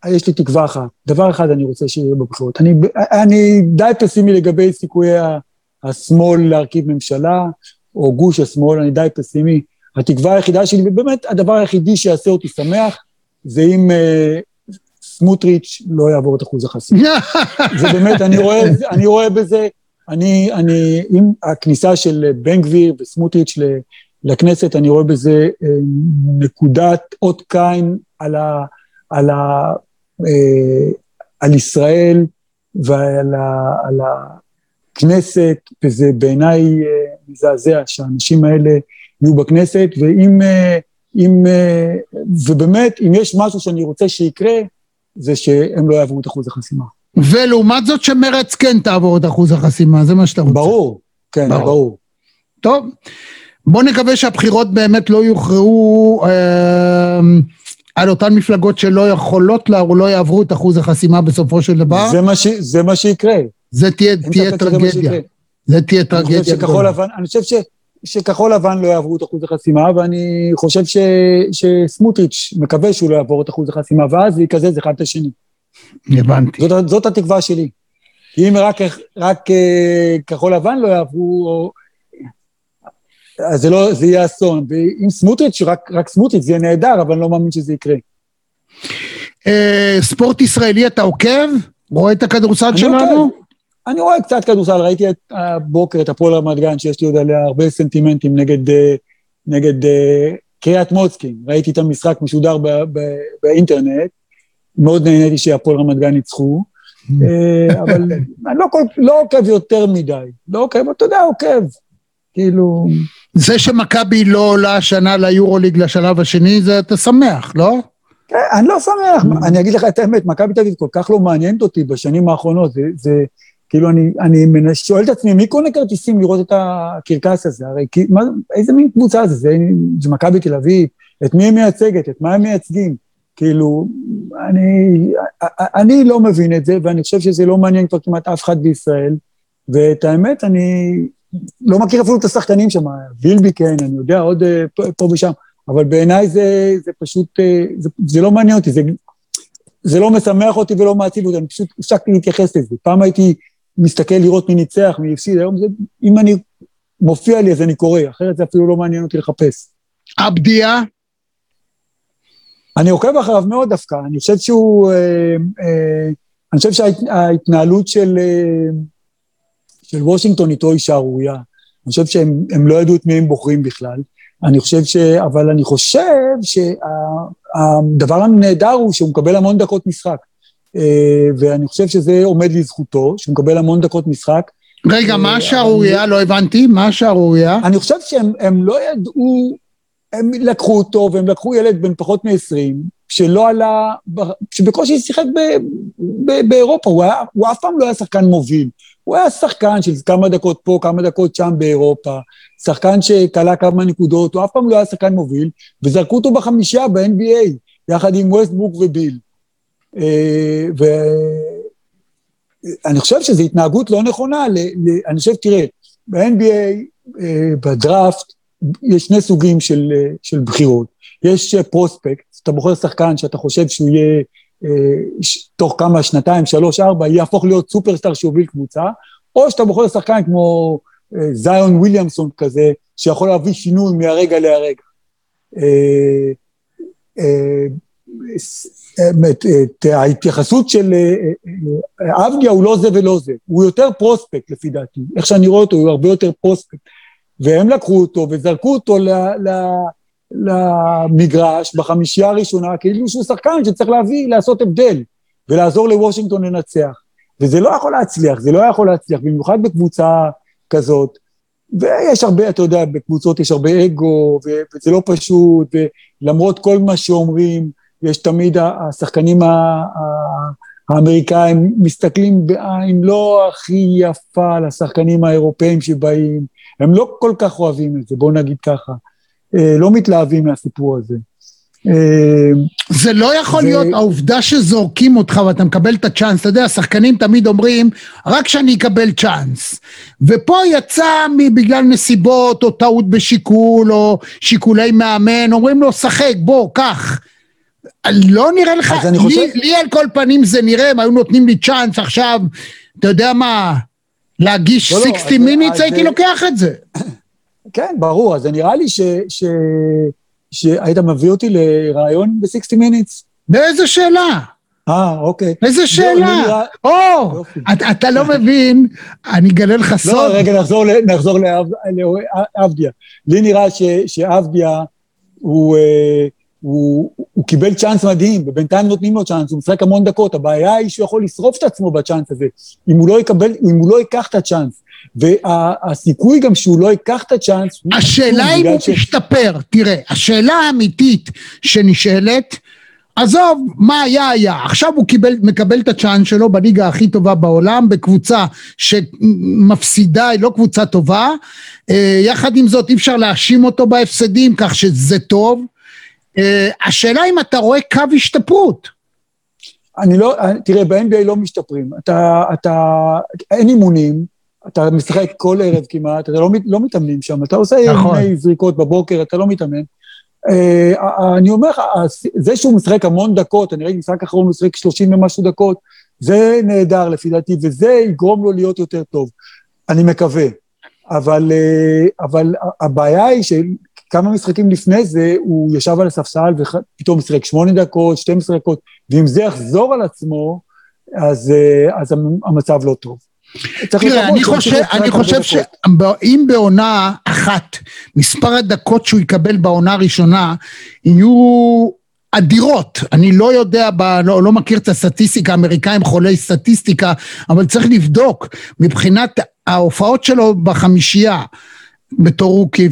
יש לי תקווה אחת, דבר אחד אני רוצה שיהיה בבחירות, אני, אני די פסימי לגבי סיכויי השמאל להרכיב ממשלה, או גוש השמאל, אני די פסימי, התקווה היחידה שלי, ובאמת הדבר היחידי שיעשה אותי שמח, זה אם uh, סמוטריץ' לא יעבור את אחוז החסימה. זה באמת, אני רואה, אני רואה בזה, אני, אני, עם הכניסה של בן גביר וסמוטריץ' לכנסת, אני רואה בזה uh, נקודת אות קין על ה... על, ה, אה, על ישראל ועל ה, על הכנסת, וזה בעיניי אה, מזעזע שהאנשים האלה יהיו בכנסת, ואם, אה, אם, אה, ובאמת, אם יש משהו שאני רוצה שיקרה, זה שהם לא יעברו את אחוז החסימה. ולעומת זאת שמרץ כן תעבור את אחוז החסימה, זה מה שאתה רוצה. ברור, כן, ברור. ברור. טוב, בוא נקווה שהבחירות באמת לא יוכרעו... אה, על אותן מפלגות שלא יכולות לה, או לא יעברו את אחוז החסימה בסופו של דבר. זה מה, ש, זה מה שיקרה. זה תהיה, תהיה טרגדיה. זה תהיה טרגדיה. אני חושב שכחול לבן, אני חושב ש, שכחול לבן לא יעברו את אחוז החסימה, ואני חושב ש, שסמוטריץ' מקווה שהוא לא יעבור את אחוז החסימה, ואז יקזז אחד את השני. הבנתי. זאת, זאת התקווה שלי. כי אם רק, רק כחול לבן לא יעברו, או... אז זה לא, זה יהיה אסון, ואם סמוטריץ', רק, רק סמוטריץ' זה יהיה נהדר, אבל אני לא מאמין שזה יקרה. ספורט ישראלי אתה עוקב? רואה את הכדורסל שלנו? אני רואה קצת כדורסל, ראיתי את הבוקר, את הפועל רמת גן, שיש לי עוד עליה הרבה סנטימנטים נגד, נגד קריית מוצקין, ראיתי את המשחק משודר ב, ב, באינטרנט, מאוד נהניתי שהפועל רמת גן ניצחו, אבל אני לא, לא עוקב יותר מדי, לא עוקב, אתה יודע, עוקב, כאילו... זה שמכבי לא עולה השנה ליורוליג לשלב השני, זה אתה שמח, לא? כן, אני לא שמח, אני אגיד לך את האמת, מכבי תל אביב כל כך לא מעניינת אותי בשנים האחרונות, זה, זה כאילו אני, אני שואל את עצמי, מי קונה כרטיסים לראות את הקרקס הזה? הרי מה, איזה מין קבוצה זה? זה, זה מכבי תל אביב, את מי היא מייצגת, את מה הם מייצגים? כאילו, אני, אני לא מבין את זה, ואני חושב שזה לא מעניין כבר כמעט אף אחד בישראל, ואת האמת, אני לא מכיר אפילו את השחקנים שם, וילבי כן, אני יודע, עוד פה ושם, אבל בעיניי זה, זה פשוט, זה, זה לא מעניין אותי, זה, זה לא משמח אותי ולא מעציב אותי, אני פשוט הפסקתי להתייחס לזה. פעם הייתי מסתכל לראות מי ניצח, מי הפסיד, היום זה, אם אני מופיע לי אז אני קורא, אחרת זה אפילו לא מעניין אותי לחפש. אבדיה? אני עוקב אחריו מאוד דווקא, אני חושב שהוא, אה, אה, אני חושב שההתנהלות של, אה, של וושינגטון איתו היא שערורייה, אני חושב שהם לא ידעו את מי הם בוחרים בכלל, אני חושב ש... אבל אני חושב שהדבר הנהדר הוא שהוא מקבל המון דקות משחק, ואני חושב שזה עומד לזכותו, שהוא מקבל המון דקות משחק. רגע, מה השערורייה? לא הבנתי, מה השערורייה? אני חושב שהם לא ידעו, הם לקחו אותו, והם לקחו ילד בן פחות מ-עשרים, שלא עלה, שבקושי שיחק באירופה, הוא אף פעם לא היה שחקן מוביל, הוא היה שחקן של כמה דקות פה, כמה דקות שם באירופה, שחקן שקלה כמה נקודות, הוא אף פעם לא היה שחקן מוביל, וזרקו אותו בחמישה ב-אן בי איי, יחד עם ווסטברוק וביל. ואני חושב שזו התנהגות לא נכונה, אני חושב, תראה, ב-אן בי איי, בדראפט, יש שני סוגים של, של בחירות. יש פרוספקט, אתה בוחר שחקן שאתה חושב שהוא יהיה, תוך כמה שנתיים, שלוש, ארבע, יהפוך להיות סופרסטאר שהוביל קבוצה, או שאתה בוחר שחקן כמו זיון וויליאמסון כזה, שיכול להביא שינוי מהרגע להרגע. ההתייחסות של אבדיה הוא לא זה ולא זה, הוא יותר פרוספקט לפי דעתי, איך שאני רואה אותו הוא הרבה יותר פרוספקט, והם לקחו אותו וזרקו אותו למגרש בחמישייה הראשונה, כאילו שהוא שחקן שצריך להביא, לעשות הבדל, ולעזור לוושינגטון לנצח, וזה לא יכול להצליח, זה לא יכול להצליח, במיוחד בקבוצה כזאת, ויש הרבה, אתה יודע, בקבוצות יש הרבה אגו, וזה לא פשוט, ולמרות כל מה שאומרים, יש תמיד השחקנים האמריקאים מסתכלים בעין לא הכי יפה על השחקנים האירופאים שבאים, הם לא כל כך אוהבים את זה, בואו נגיד ככה, לא מתלהבים מהסיפור הזה. זה לא יכול זה... להיות העובדה שזורקים אותך ואתה מקבל את הצ'אנס, אתה יודע, השחקנים תמיד אומרים, רק שאני אקבל צ'אנס, ופה יצא בגלל נסיבות או טעות בשיקול או שיקולי מאמן, אומרים לו, שחק, בוא, קח. לא נראה לך, לי, חושב... לי על כל פנים זה נראה, הם היו נותנים לי צ'אנס עכשיו, אתה יודע מה, להגיש לא, שישים מיניטס, הייתי זה... לוקח את זה. כן, ברור, אז זה נראה לי ש... ש... שהיית מביא אותי לרעיון ב-שישים מיניטס. באיזה שאלה? אה, אוקיי. איזה שאלה? או, אתה לא מבין, אני אגלה לך סוד. לא, רגע, נחזור לאבדיה. לי נראה שאבדיה הוא קיבל צ'אנס מדהים, ובינתיים נותנים לו צ'אנס, הוא משחק המון דקות, הבעיה היא שהוא יכול לשרוף את עצמו בצ'אנס הזה, אם הוא לא יקבל, אם הוא לא ייקח את הצ'אנס, והסיכוי גם שהוא לא ייקח את הצ'אנס... השאלה אם הוא משתפר, תראה, השאלה האמיתית שנשאלת, עזוב, מה היה היה, עכשיו הוא קיבל, מקבל את הצ'אנס שלו בליגה הכי טובה בעולם, בקבוצה שמפסידה, היא לא קבוצה טובה, יחד עם זאת אי אפשר להאשים אותו בהפסדים, כך שזה טוב, השאלה אם אתה רואה קו השתפרות. אני לא, תראה, ב-אן בי איי לא משתפרים, אתה, אתה, אין אימונים, אתה משחק כל ערב כמעט, אתה לא, לא מתאמנים שם, אתה עושה נכון. ימי זריקות בבוקר, אתה לא מתאמן, אני אומר לך, זה שהוא משחק המון דקות, אני ראיתי משחק אחרון, הוא משחק שלושים ומשהו דקות, זה נהדר לפי דעתי, וזה יגרום לו להיות יותר טוב, אני מקווה, אבל, אבל הבעיה היא שכמה משחקים לפני זה, הוא ישב על הספסל ופתאום משחק שמונה דקות, שתים עשרה דקות, ואם זה יחזור על עצמו, אז, אז המצב לא טוב. תראה, אני חושב, אני חושב שאם בעונה אחת, מספר הדקות שהוא יקבל בעונה הראשונה, יהיו אדירות, אני לא יודע, לא, לא מכיר את הסטטיסטיקה, האמריקאים חולי סטטיסטיקה, אבל צריך לבדוק, מבחינת ההופעות שלו בחמישייה, בתור רוקי,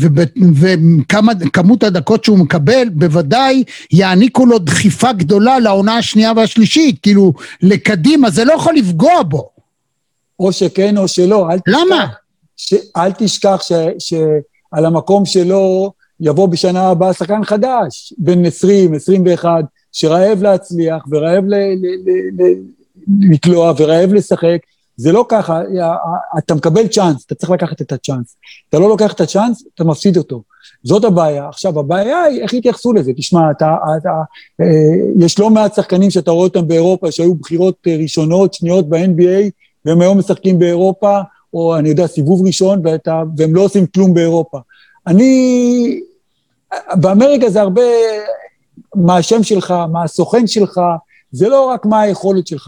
וכמות הדקות שהוא מקבל, בוודאי יעניקו לו דחיפה גדולה לעונה השנייה והשלישית, כאילו לקדימה, זה לא יכול לפגוע בו. או שכן או שלא. למה? ש, אל תשכח ש, שעל המקום שלו יבוא בשנה הבאה שחקן חדש, בין עשרים, עשרים ואחת, שרעב להצליח ורעב ל, ל, ל, ל, לקלוע ורעב לשחק, זה לא ככה, אתה מקבל צ'אנס, אתה צריך לקחת את הצ'אנס, אתה לא לוקח את הצ'אנס, אתה מפסיד אותו, זאת הבעיה. עכשיו, הבעיה היא איך יתייחסו לזה, תשמע, אתה, אתה, יש לא מעט שחקנים שאתה רואה אותם באירופה, שהיו בחירות ראשונות, שניות ב-אן בי איי, והם היום משחקים באירופה, או אני יודע, סיבוב ראשון, ואתה, והם לא עושים כלום באירופה. אני, באמריקה זה הרבה מה השם שלך, מה הסוכן שלך, זה לא רק מה היכולת שלך,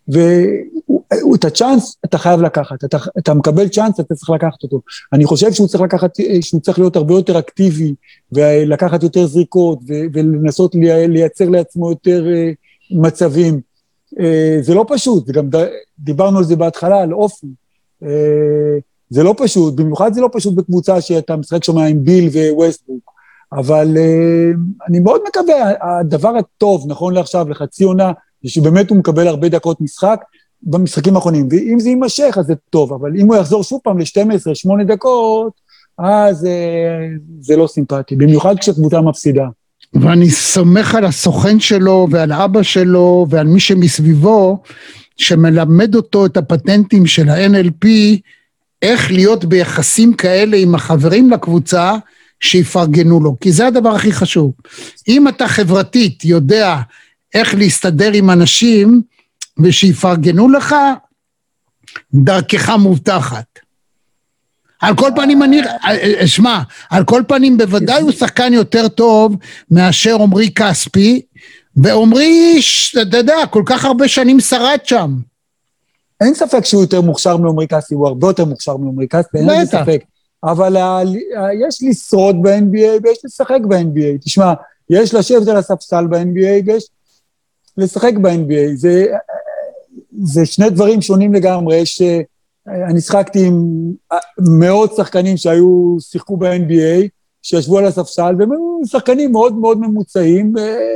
ואת הצ'אנס אתה חייב לקחת, אתה, אתה מקבל צ'אנס, אתה צריך לקחת אותו. אני חושב שהוא צריך לקחת, שהוא צריך להיות הרבה יותר אקטיבי, ולקחת יותר זריקות, ולנסות לייצר לעצמו יותר מצבים. זה לא פשוט, זה גם דיברנו על זה בהתחלה, על אופי, זה לא פשוט, במיוחד זה לא פשוט בקבוצה שאתה משחק שומע עם ביל וווסטברוק, אבל אני מאוד מקווה, הדבר הטוב, נכון לעכשיו, לחצי עונה, זה שבאמת הוא מקבל הרבה דקות משחק במשחקים האחרונים, ואם זה יימשך, אז זה טוב, אבל אם הוא יחזור שוב פעם ל-שתים עשרה שמונה דקות, אז זה לא סימפטי, במיוחד כשקבוצה מפסידה. ואני סומך על הסוכן שלו ועל אבא שלו ועל מי שמסביבו, שמלמד אותו את הפטנטים של ה-אן אל פי, איך להיות ביחסים כאלה עם החברים לקבוצה, שיפרגנו לו, כי זה הדבר הכי חשוב. אם אתה חברתית יודע איך להסתדר עם אנשים, ושיפרגנו לך, דרכך מובטחת. על כל פנים אני, שמע, על כל פנים בוודאי הוא שחקן יותר טוב, מאשר עומרי כספי, ועומרי, אתה יודע, כל כך הרבה שנים שרד שם. אין ספק שהוא יותר מוכשר מעומרי כספי, הוא הרבה יותר מוכשר מעומרי כספי, אין לי ספק. אבל יש לשרוד ב-אן בי איי ויש לשחק ב-אן בי איי. תשמע, יש לשבת על הספסל ב-אן בי איי ויש לשחק ב-אן בי איי. זה, זה שני דברים שונים לגמרי. יש, אני שחקתי עם מאות שחקנים שהיו, שיחקו ב-אן בי איי, שישבו על הספסל, והם היו שחקנים מאוד מאוד ממוצעים,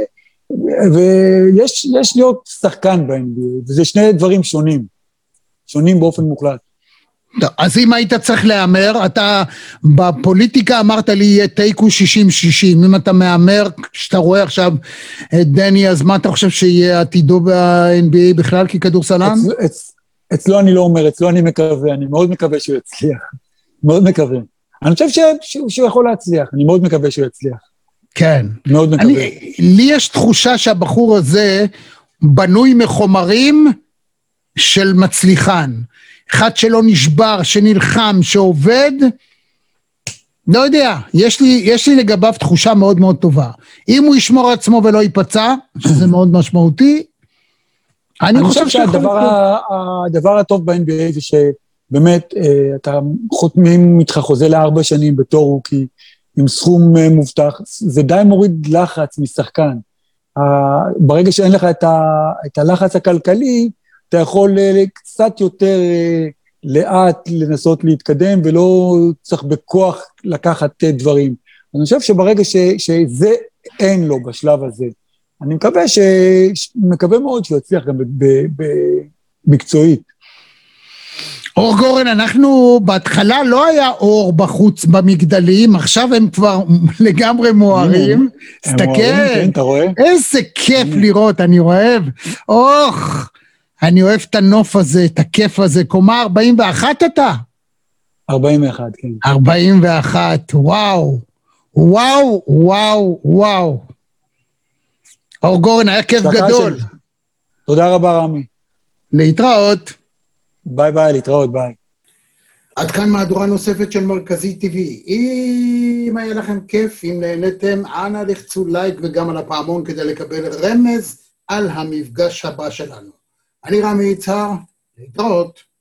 ויש יש להיות שחקן ב-אן בי איי, וזה שני דברים שונים, שונים באופן מוחלט. אז אם היית צריך להאמר, אתה בפוליטיקה אמרת לי יהיה תיקו שישים שישים, אם אתה מאמר, כשאתה רואה עכשיו את דני, אז מה אתה חושב שיהיה עתידו ב-אן בי איי בכלל ככדורסלן? אצלו אני לא אומר, אצלו אני מקווה, אני מאוד מקווה שהוא יצליח, מאוד מקווה. אני חושב שהוא יכול להצליח, אני מאוד מקווה שהוא יצליח. כן. מאוד מקווה. אני, לי יש תחושה שהבחור הזה בנוי מחומרים של מצליחן. אחד שלא נשבר, שנלחם, שעובד, לא יודע, יש לי, יש לי לגביו תחושה מאוד מאוד טובה. אם הוא ישמור עצמו ולא ייפצע, שזה מאוד משמעותי, אני, אני חושב חושב שהדבר ה, הדבר הטוב ב-אן בי איי זה שבאמת אתה חותמים איתך חוזה לארבע שנים בתור רוקי, עם סכום מובטח, זה די מוריד לחץ משחקן. ברגע שאין לך את, ה, את הלחץ הכלכלי, אתה יכול קצת יותר לאט לנסות להתקדם, ולא צריך בכוח לקחת דברים. אני חושב שברגע ש, שזה אין לו בשלב הזה, אני מקווה, ש... מקווה מאוד שהוא יצליח גם במקצועית. אור גורן, אנחנו בהתחלה לא היה אור בחוץ במגדלים, עכשיו הם כבר לגמרי מוארים. תסתכל, איזה כיף לראות, אני אוהב. אוח, אני אוהב את הנוף הזה, את הכיף הזה. קומה ארבעים ואחת אתה? ארבעים ואחת, כן. ארבעים ואחת, וואו. וואו, וואו, וואו. אור גורן, היה כיף גדול. תודה רבה, רמי. להתראות. ביי ביי, להתראות, ביי. עד כאן מהדורה נוספת של מרכזי טבעי. אם היה לכם כיף, אם נהנתם, אנא לחצו לייק וגם על הפעמון כדי לקבל רמז על המפגש הבא שלנו. אני רמי יצהר, להתראות.